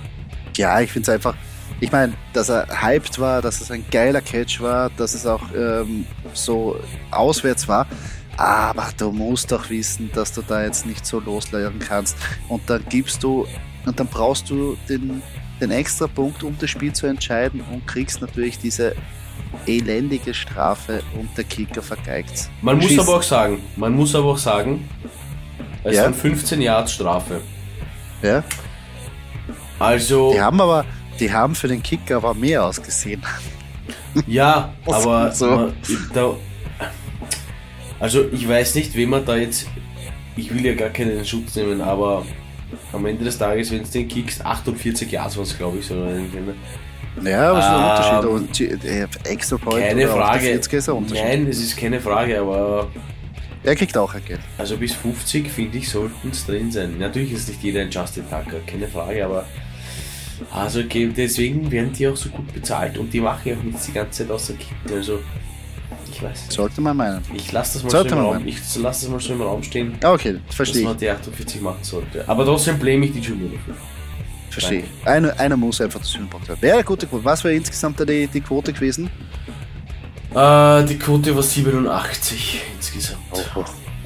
Ja, ich finde es einfach, ich meine, dass er hyped war, dass es ein geiler Catch war, dass es auch ähm, so auswärts war, Aber du musst doch wissen, dass du da jetzt nicht so loslegen kannst. Und dann gibst du, und dann brauchst du den, den extra Punkt, um das Spiel zu entscheiden und kriegst natürlich diese elendige Strafe und der Kicker vergeigt. Man muss Schieß. aber auch sagen, man muss aber auch sagen, es Ja. waren fünfzehn Yards Strafe. Ja? Also, Die haben aber, die haben für den Kicker aber mehr ausgesehen. ja, Was aber so? man, da, also ich weiß nicht, wem man da jetzt, ich will ja gar keinen Schutz nehmen, aber am Ende des Tages, wenn es den kickst, achtundvierzig Yards waren es, glaube ich, so. Ja, was ist Ähm, der Unterschied? Und, äh, Extra Point Keine oder Frage. vierzig ist ein Unterschied. Nein, es ist keine Frage, aber Er kriegt auch ein Geld. also bis fünfzig, finde ich, sollten es drin sein. Natürlich ist nicht jeder ein Justin Tucker, keine Frage, aber also okay, deswegen werden die auch so gut bezahlt und die machen ja auch nichts die ganze Zeit außer kicken. Also ich weiß. Sollte man meinen. Ich lasse das mal Sollte so im man Raum. meinen. Ich lasse das mal so im Raum stehen, Ah, okay, dass verstehe man ich. die achtundvierzig machen sollte. Aber trotzdem blame ich die Junior dafür. Verstehe ich. Einer, einer muss einfach das Sühnpunkt haben. Wäre eine gute Quote. Was wäre insgesamt die, die Quote gewesen? Äh, die Quote war siebenundachtzig insgesamt. Oh,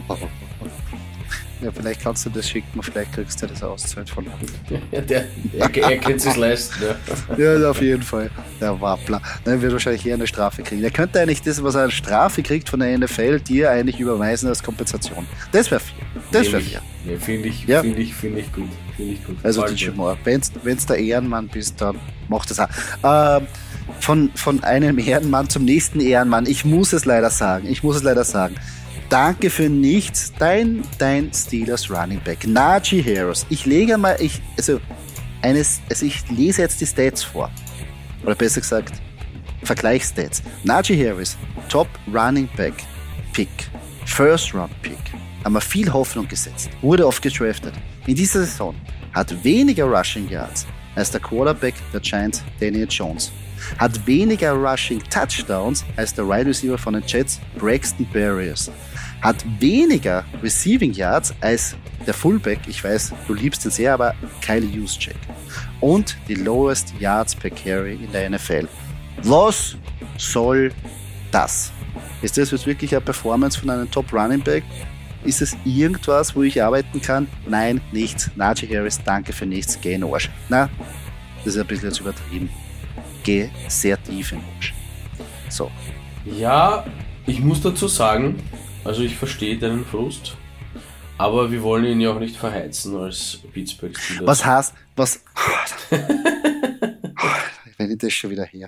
Ja, vielleicht kannst du das schicken, vielleicht kriegst du das Auszeit von. Ja, der, er, er kann es leisten. Ja. Ja, auf jeden Fall. Der Wappler. Dann wird wahrscheinlich eher eine Strafe kriegen. Er könnte eigentlich das, was er als Strafe kriegt von der N F L, dir eigentlich überweisen als Kompensation. Das wäre fair. Das wäre fair. Ja, finde ich, Ja. finde ich, finde ich gut. Finde ich gut. Also Gefällt D J mir. Moore, wenn du der Ehrenmann bist, dann mach das auch. Ähm, von, von einem Ehrenmann zum nächsten Ehrenmann. Ich muss es leider sagen. Ich muss es leider sagen. Danke für nichts. Dein, dein Steelers Running Back. Najee Harris. Ich lege mal, ich, also, eines, also ich lese jetzt die Stats vor. Oder besser gesagt, Vergleichsstats. Najee Harris, Top Running Back Pick. First Round Pick. Haben wir viel Hoffnung gesetzt. Wurde oft gedraftet. In dieser Saison hat weniger Rushing Yards als der Quarterback der Giants, Daniel Jones. Hat weniger Rushing Touchdowns als der Wide Receiver von den Jets, Braxton Berrios. Hat weniger Receiving Yards als der Fullback, ich weiß, du liebst ihn sehr, aber Kyle Juszczyk. Und die lowest Yards per Carry in der N F L. Was soll das? Ist das jetzt wirklich eine Performance von einem Top Running Back? Ist es irgendwas, wo ich arbeiten kann? Nein, nichts. Najee Harris, danke für nichts. Geh in den Arsch. Na, das ist ein bisschen jetzt übertrieben. Geh sehr tief in den Arsch. So. Ja, ich muss dazu sagen, also ich verstehe deinen Frust, aber wir wollen ihn ja auch nicht verheizen als Pittsburgh Steelers. Was heißt, was. Wenn ich das schon wieder her.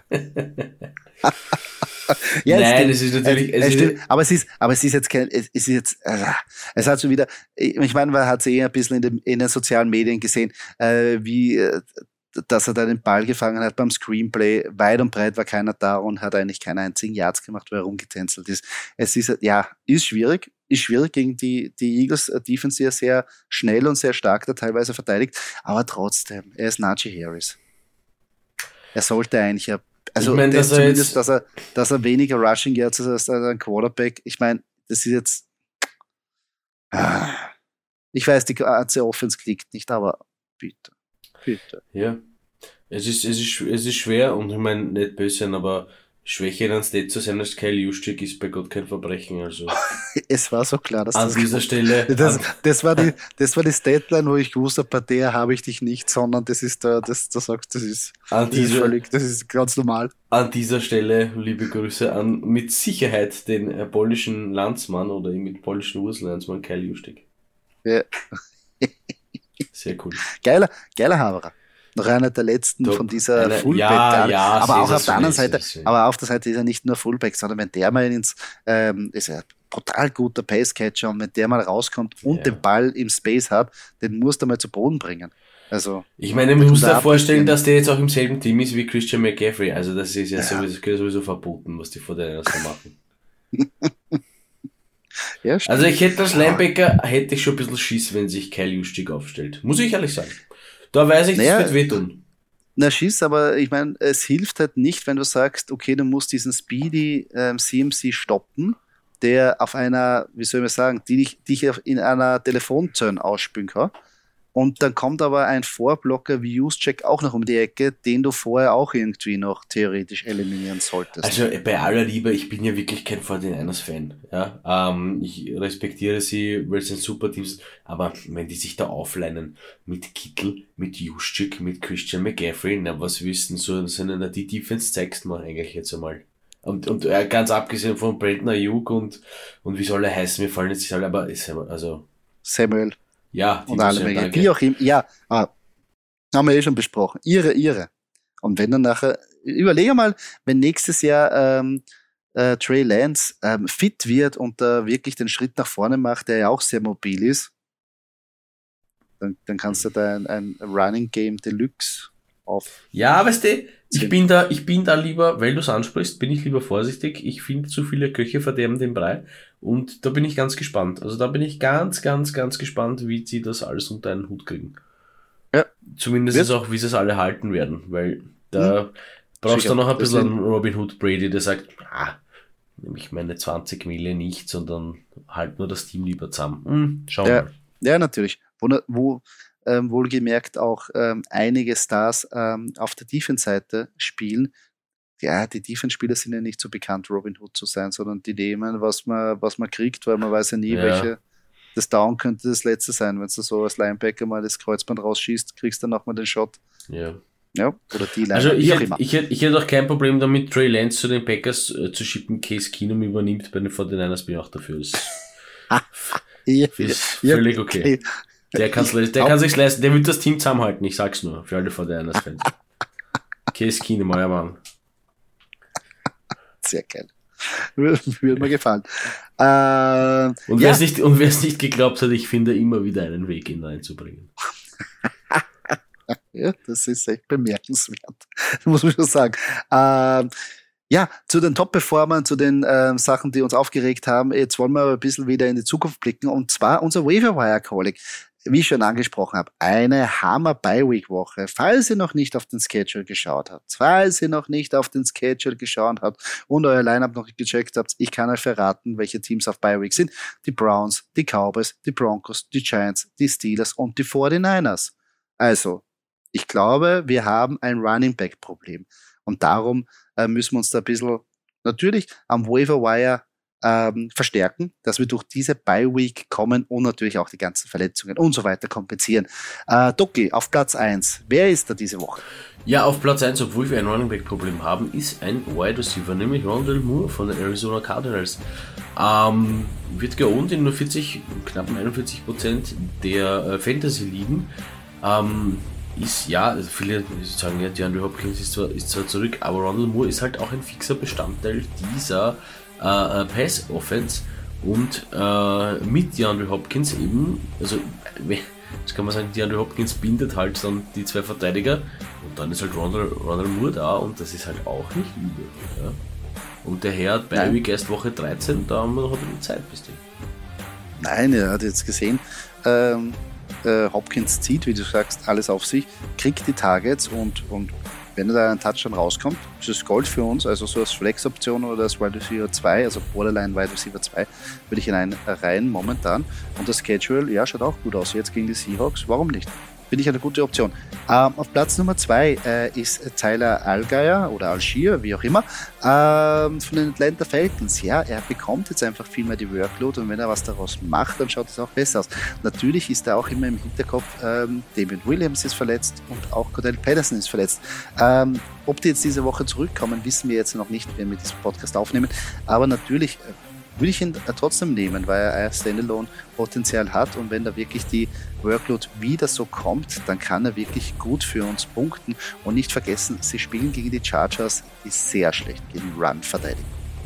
Ja, Nein, stimmt. es ist natürlich- Es, es es ist- stimmt, aber es ist, aber es ist jetzt kein, es ist jetzt, äh, es hat schon wieder, ich meine, man hat es eh ein bisschen in, dem, in den sozialen Medien gesehen, äh, wie, äh, dass er da den Ball gefangen hat beim Screenplay, weit und breit war keiner da und hat eigentlich keine einzigen Yards gemacht, weil er rumgetänzelt ist. Es ist, ja, ist schwierig, ist schwierig gegen die, die Eagles äh, Defense, die ja sehr schnell und sehr stark da teilweise verteidigt, aber trotzdem, er ist Najee Harris. Er sollte eigentlich ja, also Ich mein, das dass er zumindest, jetzt- dass er, dass er weniger Rushing Yards hat als ein Quarterback. Ich meine, das ist jetzt, ah, ich weiß, die ganze Offense klickt nicht, aber bitte, bitte. Ja, es ist, es ist, es ist schwer und ich meine, nicht böse sein, aber Schwäche in einem State zu sein als Kyle Juszczyk ist bei Gott kein Verbrechen, also Es war so klar, dass an das dieser Stelle, Das, an, das, war die, das war die Statline, wo ich gewusst habe, bei der habe ich dich nicht, sondern das ist da, das, da sagst, das ist, an das ist dieser, völlig, das ist ganz normal. an dieser Stelle liebe Grüße an mit Sicherheit den äh, polnischen Landsmann oder mit polnischen Wurzeln, Landsmann Kyle Juszczyk. Ja. Sehr cool. Geiler, geiler Haberer. Noch einer der letzten Doch, von dieser einer- Fullback. ja, ja, aber auch sehr, auf der anderen sehr, Seite, sehr, sehr. aber auf der Seite ist er nicht nur Fullback, sondern wenn der mal ins, ähm, ist er ein brutal guter Passcatcher und wenn der mal rauskommt und Ja. den Ball im Space hat, den musst du mal zu Boden bringen. Also, Ich meine, man muss Da dir vorstellen, abgehen. dass der jetzt auch im selben Team ist wie Christian McCaffrey. Also das ist ja, Ja. Sowieso, das gehört sowieso verboten, was die vor der so machen. ja, stimmt. Also ich hätte als Linebacker, hätte ich schon ein bisschen Schiss, wenn sich Kyle Juszczyk aufstellt. Muss ich ehrlich sagen. Da weiß ich, das Naja, wird wehtun. Na, schieß, aber ich meine, es hilft halt nicht, wenn du sagst, okay, du musst diesen Speedy ähm, C M C stoppen, der auf einer, wie soll man sagen, die dich, dich auf- in einer Telefonzone ausspülen kann. Und dann kommt aber ein Vorblocker wie Juszczyk auch noch um die Ecke, den du vorher auch irgendwie noch theoretisch eliminieren solltest. Also bei aller Liebe, ich bin ja wirklich kein forty-niners-Fan. Ja? Ähm, ich respektiere sie, weil es ein super Team ist, aber wenn die sich da aufleinen mit Kittel, mit Juszczyk, mit Christian McCaffrey, na was wissen so, so eine, die Defense zeigst du mir eigentlich jetzt einmal. Und, und äh, ganz abgesehen von Brandon Ayuk und, und wie soll er heißen, mir fallen jetzt nicht alle, aber ist also Samuel. Ja, und alle Menge. Wie auch immer. Ja, ah, haben wir eh schon besprochen. Ihre, ihre. Und wenn dann nachher, überlege mal, wenn nächstes Jahr ähm, äh, Trey Lance ähm, fit wird und da äh, wirklich den Schritt nach vorne macht, der ja auch sehr mobil ist, dann, dann kannst du da ein, ein Running Game Deluxe auf. Ja, weißt du, ich bin da, ich bin da lieber, weil du es ansprichst, bin ich lieber vorsichtig. Ich finde, zu viele Köche verderben den Brei. Und da bin ich ganz gespannt. Also da bin ich ganz, ganz, ganz gespannt, wie sie das alles unter einen Hut kriegen. Ja. Zumindest Wird. auch, wie sie es alle halten werden. Weil da hm. brauchst du noch ein bisschen einen Robin Hood Brady, der sagt, ah, nehme ich meine zwanzig Millionen nicht, sondern halt nur das Team lieber zusammen. Hm, schauen wir ja. mal. Ja, natürlich. Wo, wo ähm, wohlgemerkt auch ähm, einige Stars ähm, auf der Defense-Seite spielen. Ja, die Defense-Spieler sind ja nicht so bekannt, Robin Hood zu sein, sondern die nehmen, was man, was man kriegt, weil man weiß ja nie, ja. welche. Das Down könnte das letzte sein, wenn du so als Linebacker mal das Kreuzband rausschießt, kriegst du dann nochmal den Shot. Ja. Ja, oder die Linebacker. Also ich hätte, ich, hätte, ich hätte auch kein Problem damit, Trey Lance zu den Packers äh, zu schippen, Case Keenum übernimmt, bei den forty-niners bin ich auch dafür. Das ja, ist ja, völlig okay. okay. Der, kann's, der kann sich's leisten, der wird das Team zusammenhalten, ich sag's nur, für alle forty-niners-Fans. Case Keenum, euer Mann. Sehr geil. Würde mir gefallen. Äh, und wer es ja. nicht, und wer es nicht geglaubt hat, ich finde immer wieder einen Weg, ihn reinzubringen. Ja, das ist echt bemerkenswert. Muss man schon sagen. Äh, ja, zu den Top-Performern, zu den äh, Sachen, die uns aufgeregt haben. Jetzt wollen wir aber ein bisschen wieder in die Zukunft blicken. Und zwar unser Waiver-Wire-Calling. Wie ich schon angesprochen habe, eine Hammer-Bye-Week-Woche. Falls ihr noch nicht auf den Schedule geschaut habt, falls ihr noch nicht auf den Schedule geschaut habt und euer Lineup noch nicht gecheckt habt, ich kann euch verraten, welche Teams auf Bye-Week sind. Die Browns, die Cowboys, die Broncos, die Giants, die Steelers und die forty-niners. Also, ich glaube, wir haben ein Running-Back-Problem. Und darum äh, müssen wir uns da ein bisschen natürlich am Waiver-Wire Ähm, verstärken, dass wir durch diese Bye-Week kommen und natürlich auch die ganzen Verletzungen und so weiter kompensieren. Äh, Doki, auf Platz eins. Wer ist da diese Woche? Ja, auf Platz eins, obwohl wir ein Running Back Problem haben, ist ein Wide Receiver, nämlich Rondale Moore von den Arizona Cardinals. Ähm, wird geowned in nur vierzig, knapp einundvierzig Prozent der äh, Fantasy-Ligen. Ähm, ist, ja, also viele sagen ja, DeAndre Hopkins ist zwar, ist zwar zurück, aber Rondale Moore ist halt auch ein fixer Bestandteil dieser Uh, Pass-Offense und uh, mit DeAndre Hopkins eben, also jetzt kann man sagen, DeAndre Hopkins bindet halt dann die zwei Verteidiger und dann ist halt Rondale, Rondale Moore da und das ist halt auch nicht übel. Ja? Und der Herr hat bei Week erst Woche dreizehn, da haben wir noch ein bisschen Zeit bis dahin. Nein, er hat jetzt gesehen, ähm, äh, Hopkins zieht, wie du sagst, alles auf sich, kriegt die Targets und, und wenn da ein Touchdown rauskommt, ist es Gold für uns, also so als Flex-Option oder als Wide Receiver zwei, also Borderline Wide Receiver zwei, würde ich hinein rein momentan. Und das Schedule, ja, schaut auch gut aus. Jetzt gegen die Seahawks, warum nicht? Finde ich eine gute Option. Ähm, auf Platz Nummer zwei äh, ist Tyler Allgeier oder Algier, wie auch immer, ähm, von den Atlanta Falcons. Ja, er bekommt jetzt einfach viel mehr die Workload und wenn er was daraus macht, dann schaut es auch besser aus. Natürlich ist er auch immer im Hinterkopf, ähm, David Williams ist verletzt und auch Cordell Patterson ist verletzt. Ähm, ob die jetzt diese Woche zurückkommen, wissen wir jetzt noch nicht, wenn wir diesen Podcast aufnehmen. Aber natürlich äh, würde ich ihn trotzdem nehmen, weil er Standalone-Potenzial hat und wenn da wirklich die Workload wieder so kommt, dann kann er wirklich gut für uns punkten und nicht vergessen, sie spielen gegen die Chargers, die sehr schlecht gegen Run verteidigen.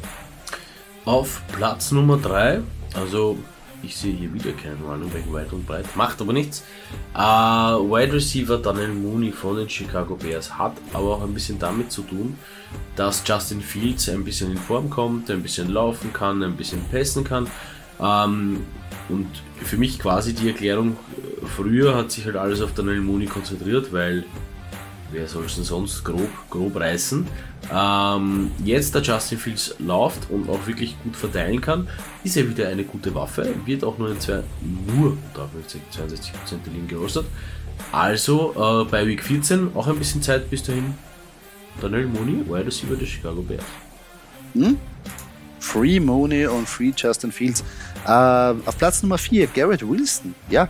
Auf Platz Nummer drei, also ich sehe hier wieder keinen Running Back weit und breit, macht aber nichts. Uh, Wide Receiver Daniel Mooney von den Chicago Bears hat aber auch ein bisschen damit zu tun, dass Justin Fields ein bisschen in Form kommt, ein bisschen laufen kann, ein bisschen passen kann. Um, und für mich quasi die Erklärung, früher hat sich halt alles auf Daniel Mooney konzentriert, weil wer soll es denn sonst grob, grob reißen? Ähm, jetzt, da Justin Fields läuft und auch wirklich gut verteilen kann, ist er wieder eine gute Waffe, wird auch nur in zwei, nur zweiundsechzig Prozent der Ligen gerostet. Also äh, bei Week vierzehn auch ein bisschen Zeit bis dahin. Darnell Mooney, Wide Receiver der Chicago Bears. Hm? Free Mooney und Free Justin Fields. Äh, auf Platz Nummer vier, Garrett Wilson. Ja,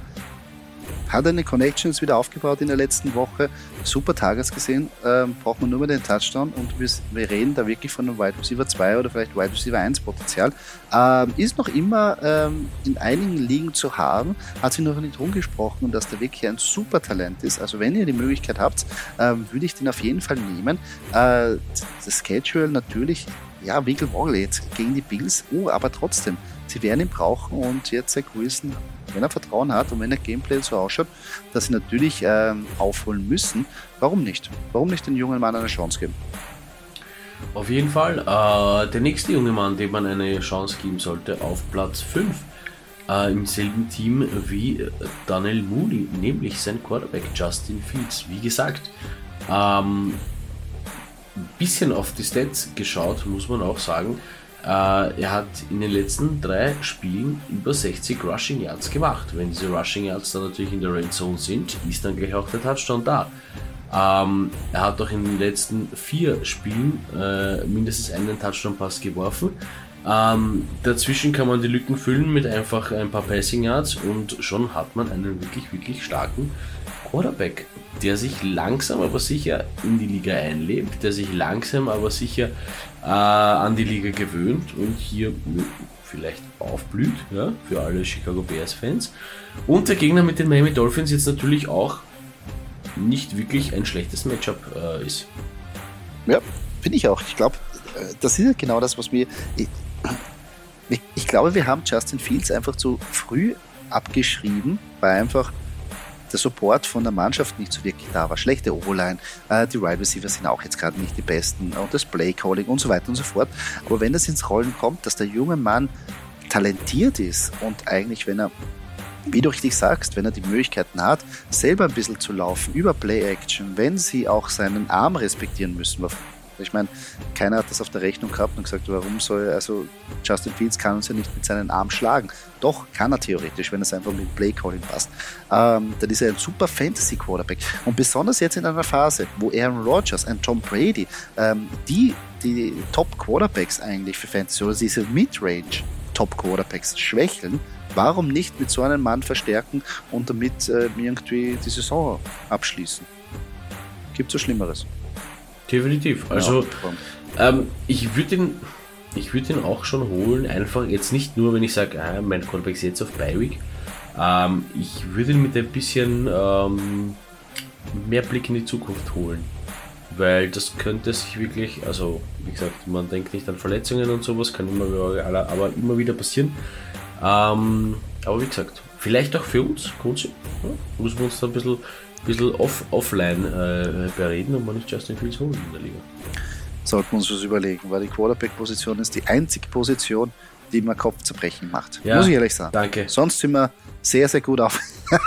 hat eine Connections wieder aufgebaut in der letzten Woche. Super Tages gesehen. Ähm, braucht man nur mal den Touchdown und wir, wir reden da wirklich von einem Wide Receiver zwei oder vielleicht Wide Receiver eins Potenzial. Ähm, ist noch immer ähm, in einigen Ligen zu haben. Hat sich noch nicht rumgesprochen und dass der wirklich ein super Talent ist. Also wenn ihr die Möglichkeit habt, ähm, würde ich den auf jeden Fall nehmen. Äh, das Schedule natürlich, ja, Wiggle Woggle jetzt gegen die Bills. Oh, aber trotzdem, sie werden ihn brauchen und jetzt Zach Wilson, wenn er Vertrauen hat und wenn der Gameplay so ausschaut, dass sie natürlich ähm, aufholen müssen, warum nicht? Warum nicht den jungen Mann eine Chance geben? Auf jeden Fall. Äh, der nächste junge Mann, dem man eine Chance geben sollte, auf Platz fünf. Äh, im selben Team wie Darnell Mooney, nämlich sein Quarterback Justin Fields. Wie gesagt, ähm, ein bisschen auf die Stats geschaut, muss man auch sagen. Uh, er hat in den letzten drei Spielen über sechzig Rushing Yards gemacht. Wenn diese Rushing Yards dann natürlich in der Red Zone sind, ist dann gleich auch der Touchdown da. Um, er hat auch in den letzten vier Spielen uh, mindestens einen Touchdown-Pass geworfen. Um, dazwischen kann man die Lücken füllen mit einfach ein paar Passing Yards und schon hat man einen wirklich, wirklich starken Quarterback, der sich langsam aber sicher in die Liga einlebt, der sich langsam aber sicher äh, an die Liga gewöhnt und hier vielleicht aufblüht, ja, für alle Chicago Bears Fans. Und der Gegner mit den Miami Dolphins jetzt natürlich auch nicht wirklich ein schlechtes Matchup äh, ist. Ja, finde ich auch. Ich glaube, das ist ja genau das, was wir... Ich, ich glaube, wir haben Justin Fields einfach zu früh abgeschrieben, weil einfach der Support von der Mannschaft nicht so wirklich da war. Schlechte O-Line, äh, die Wide Receiver sind auch jetzt gerade nicht die besten und das Play-Calling und so weiter und so fort. Aber wenn das ins Rollen kommt, dass der junge Mann talentiert ist und eigentlich, wenn er, wie du richtig sagst, wenn er die Möglichkeiten hat, selber ein bisschen zu laufen über Play-Action, wenn sie auch seinen Arm respektieren müssen. Ich meine, keiner hat das auf der Rechnung gehabt und gesagt, warum soll er, also Justin Fields kann uns ja nicht mit seinen Arm schlagen. Doch, kann er theoretisch, wenn es einfach mit Play-Calling passt. Ähm, dann ist er ein super Fantasy-Quarterback. Und besonders jetzt in einer Phase, wo Aaron Rodgers, ein Tom Brady, ähm, die, die Top-Quarterbacks eigentlich für Fantasy, oder diese Mid-Range-Top-Quarterbacks schwächeln, warum nicht mit so einem Mann verstärken und damit äh, irgendwie die Saison abschließen? Gibt so Schlimmeres. Definitiv. Also ja, ähm, ich würde ihn, ich würde ihn auch schon holen, einfach jetzt nicht nur, wenn ich sage, ah, mein Quarterback ist jetzt auf Bye Week. Ähm, ich würde ihn mit ein bisschen ähm, mehr Blick in die Zukunft holen, weil das könnte sich wirklich, also wie gesagt, man denkt nicht an Verletzungen und sowas, kann immer wieder, aber immer wieder passieren. Ähm, aber wie gesagt, vielleicht auch für uns, ja, müssen wir uns da ein bisschen bisschen off, offline äh, bereden und man nicht Justin Fields holen in der Liga. Sollten wir uns was überlegen, weil die Quarterback-Position ist die einzige Position, die mir Kopfzerbrechen macht. Ja, muss ich ehrlich sagen. Danke. Sonst sind wir sehr, sehr gut auf.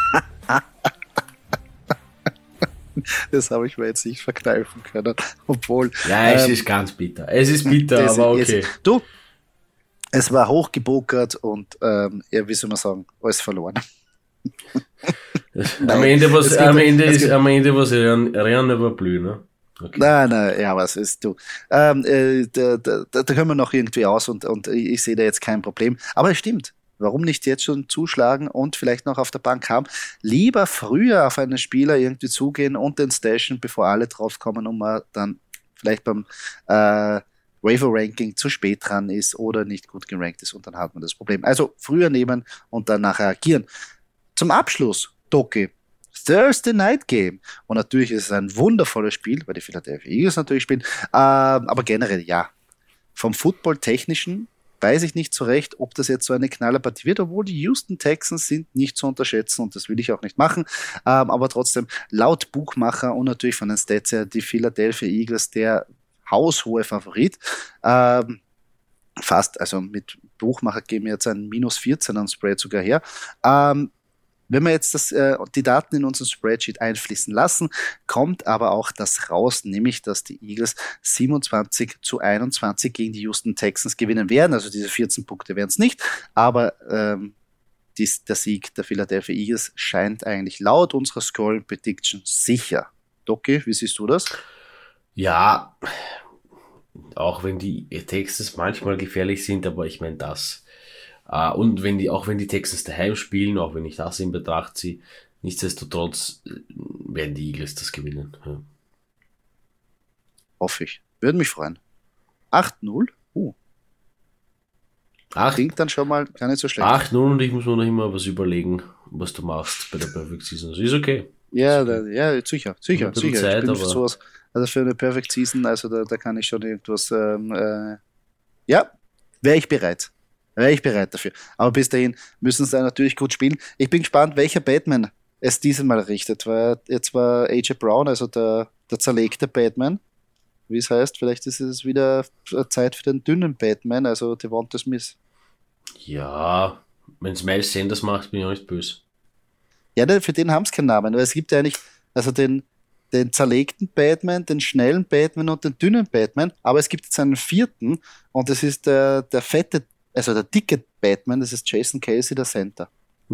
Das habe ich mir jetzt nicht verkneifen können, obwohl... Ja, es ähm, ist ganz bitter. Es ist bitter, aber okay. Es, du, es war hochgebokert und ähm, ja, wie soll man sagen, alles verloren. Nein, am Ende was am Ende ist am Ende was Rien ne va plus, ne? Okay. Nein, nein, ja, was ist du? Ähm, äh, da, da, da können wir noch irgendwie aus und, und ich, ich sehe da jetzt kein Problem. Aber es stimmt. Warum nicht jetzt schon zuschlagen und vielleicht noch auf der Bank haben? Lieber früher auf einen Spieler irgendwie zugehen und den stashen, bevor alle draufkommen und man dann vielleicht beim äh, Waiver-Ranking zu spät dran ist oder nicht gut gerankt ist und dann hat man das Problem. Also früher nehmen und dann nachher agieren. Zum Abschluss, Doki, Thursday Night Game. Und natürlich ist es ein wundervolles Spiel, weil die Philadelphia Eagles natürlich spielen. Äh, aber generell, ja. Vom Football-Technischen weiß ich nicht so recht, ob das jetzt so eine Knallerpartie wird, obwohl die Houston Texans sind nicht zu unterschätzen und das will ich auch nicht machen. Ähm, aber trotzdem, laut Buchmacher und natürlich von den Stats her, die Philadelphia Eagles, der haushohe Favorit. Ähm, fast, also mit Buchmacher geben wir jetzt ein minus vierzehn an Spread sogar her. Ähm, Wenn wir jetzt das, äh, die Daten in unseren Spreadsheet einfließen lassen, kommt aber auch das raus, nämlich, dass die Eagles siebenundzwanzig zu einundzwanzig gegen die Houston Texans gewinnen werden. Also diese vierzehn Punkte werden es nicht, aber ähm, dies, der Sieg der Philadelphia Eagles scheint eigentlich laut unserer Scoring Prediction sicher. Doki, wie siehst du das? Ja, auch wenn die Texans manchmal gefährlich sind, aber ich meine das. Uh, und wenn die, auch wenn die Texans daheim spielen, auch wenn ich das in Betracht ziehe, nichtsdestotrotz werden die Eagles das gewinnen. Ja. Hoffe ich. Würde mich freuen. acht null? Uh. Klingt dann schon mal gar nicht so schlecht. acht null und ich muss mir noch immer was überlegen, was du machst bei der Perfect Season. Also ist okay. Ja, ist okay. Da, ja sicher, sicher, sicher. Zeit, ich bin aber für sowas, also für eine Perfect Season, also da, da kann ich schon irgendwas, ähm, äh, ja, wäre ich bereit. Wäre ich bereit dafür. Aber bis dahin müssen sie natürlich gut spielen. Ich bin gespannt, welcher Batman es dieses Mal richtet, weil jetzt war A J Brown, also der, der zerlegte Batman, wie es heißt, vielleicht ist es wieder Zeit für den dünnen Batman, also Devonta Smith. Ja, wenn es Miles Sanders macht, bin ich auch nicht böse. Ja, für den haben sie keinen Namen, weil es gibt ja eigentlich, also den, den zerlegten Batman, den schnellen Batman und den dünnen Batman, aber es gibt jetzt einen vierten und das ist der, der fette, also der dicke Batman, das ist Jason Casey, der Center.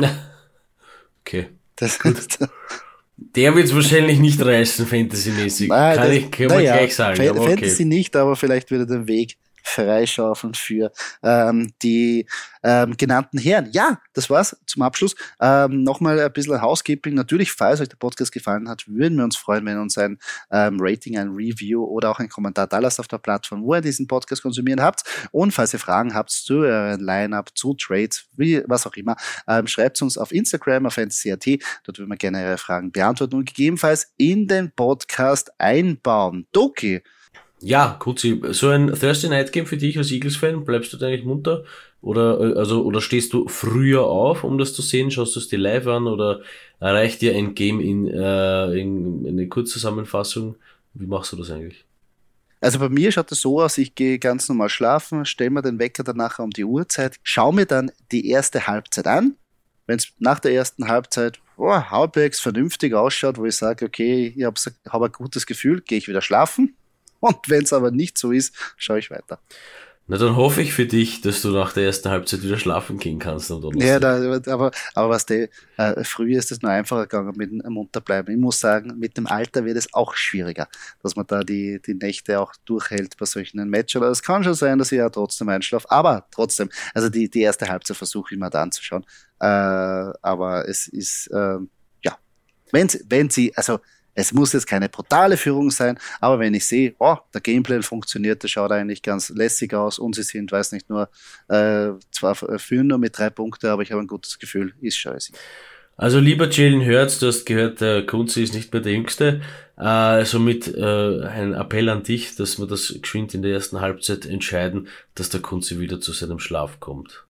Okay. Das, der wird es wahrscheinlich nicht reißen, Fantasy-mäßig. Nein, kann das, ich kann man ja, gleich sagen. F- aber Fantasy okay. nicht, aber vielleicht würde den Weg freischaufeln für ähm, die ähm, genannten Herren. Ja, das war's zum Abschluss. Ähm, Nochmal ein bisschen Housekeeping. Natürlich, falls euch der Podcast gefallen hat, würden wir uns freuen, wenn ihr uns ein ähm, Rating, ein Review oder auch ein Kommentar da lasst auf der Plattform, wo ihr diesen Podcast konsumieren habt. Und falls ihr Fragen habt zu euren Line-Up, zu Trades, wie, was auch immer, ähm, schreibt uns auf Instagram, auf fantasy punkt at. Dort würden wir gerne eure Fragen beantworten und gegebenenfalls in den Podcast einbauen. Doki, Ja, Kutzi, so ein Thursday Night Game für dich als Eagles-Fan, bleibst du da eigentlich munter? Oder, also, oder stehst du früher auf, um das zu sehen? Schaust du es dir live an oder erreicht dir ein Game in, äh, in, in eine Kurzzusammenfassung? Wie machst du das eigentlich? Also bei mir schaut es so aus, ich gehe ganz normal schlafen, stelle mir den Wecker danach um die Uhrzeit, schaue mir dann die erste Halbzeit an. Wenn es nach der ersten Halbzeit oh, halbwegs vernünftig ausschaut, wo ich sage, okay, ich habe hab ein gutes Gefühl, gehe ich wieder schlafen. Und wenn es aber nicht so ist, schaue ich weiter. Na, dann hoffe ich für dich, dass du nach der ersten Halbzeit wieder schlafen gehen kannst. Am Donnerstag. Ja, da, aber, aber was der, äh, früher ist es nur einfacher gegangen mit dem Munterbleiben. Ich muss sagen, mit dem Alter wird es auch schwieriger, dass man da die, die Nächte auch durchhält bei solchen Matchen. Es kann schon sein, dass ich ja trotzdem einschlafe, aber trotzdem, also die, die erste Halbzeit versuche ich mal da anzuschauen. Äh, aber es ist, äh, ja, wenn sie, wenn sie, also es muss jetzt keine brutale Führung sein, aber wenn ich sehe, oh, der Gameplan funktioniert, der schaut eigentlich ganz lässig aus und sie sind, weiß nicht, nur äh, zwar führen nur mit drei Punkten, aber ich habe ein gutes Gefühl, ist scheiße. Also lieber Jalen Hurts, du hast gehört, der Kunzi ist nicht mehr der Jüngste, äh, somit äh, ein Appell an dich, dass wir das geschwind in der ersten Halbzeit entscheiden, dass der Kunzi wieder zu seinem Schlaf kommt.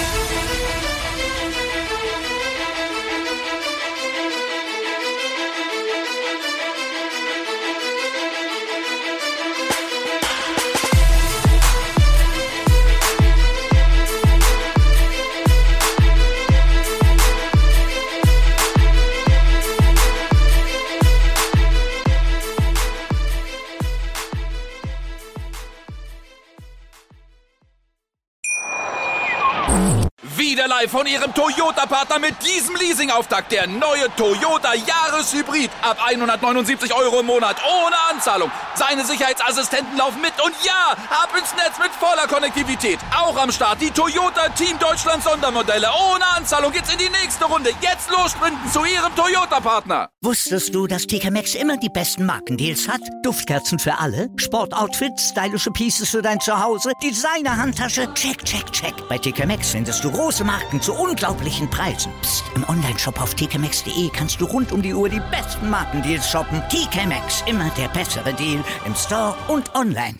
Wieder live von Ihrem Toyota-Partner mit diesem Leasing-Auftakt. Der neue Toyota Jahreshybrid. Ab hundertneunundsiebzig Euro im Monat. Ohne Anzahlung. Seine Sicherheitsassistenten laufen mit. Und ja, ab ins Netz mit voller Konnektivität. Auch am Start die Toyota Team Deutschland Sondermodelle. Ohne Anzahlung geht's in die nächste Runde. Jetzt los sprinten zu Ihrem Toyota-Partner. Wusstest du, dass T K Maxx immer die besten Markendeals hat? Duftkerzen für alle, Sportoutfits, stylische Pieces für dein Zuhause, Designer-Handtasche, check, check, check. Bei T K Maxx findest du große Marken zu unglaublichen Preisen. Psst. Im Onlineshop auf t k maxx punkt de kannst du rund um die Uhr die besten Markendeals shoppen. T K Maxx, immer der bessere Deal im Store und online.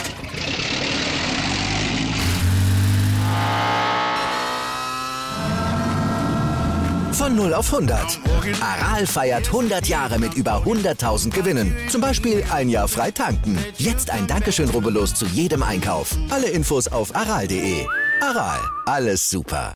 Von null auf hundert. Aral feiert hundert Jahre mit über hunderttausend Gewinnen. Zum Beispiel ein Jahr frei tanken. Jetzt ein Dankeschön, rubbellos zu jedem Einkauf. Alle Infos auf aral punkt de. Aral, alles super.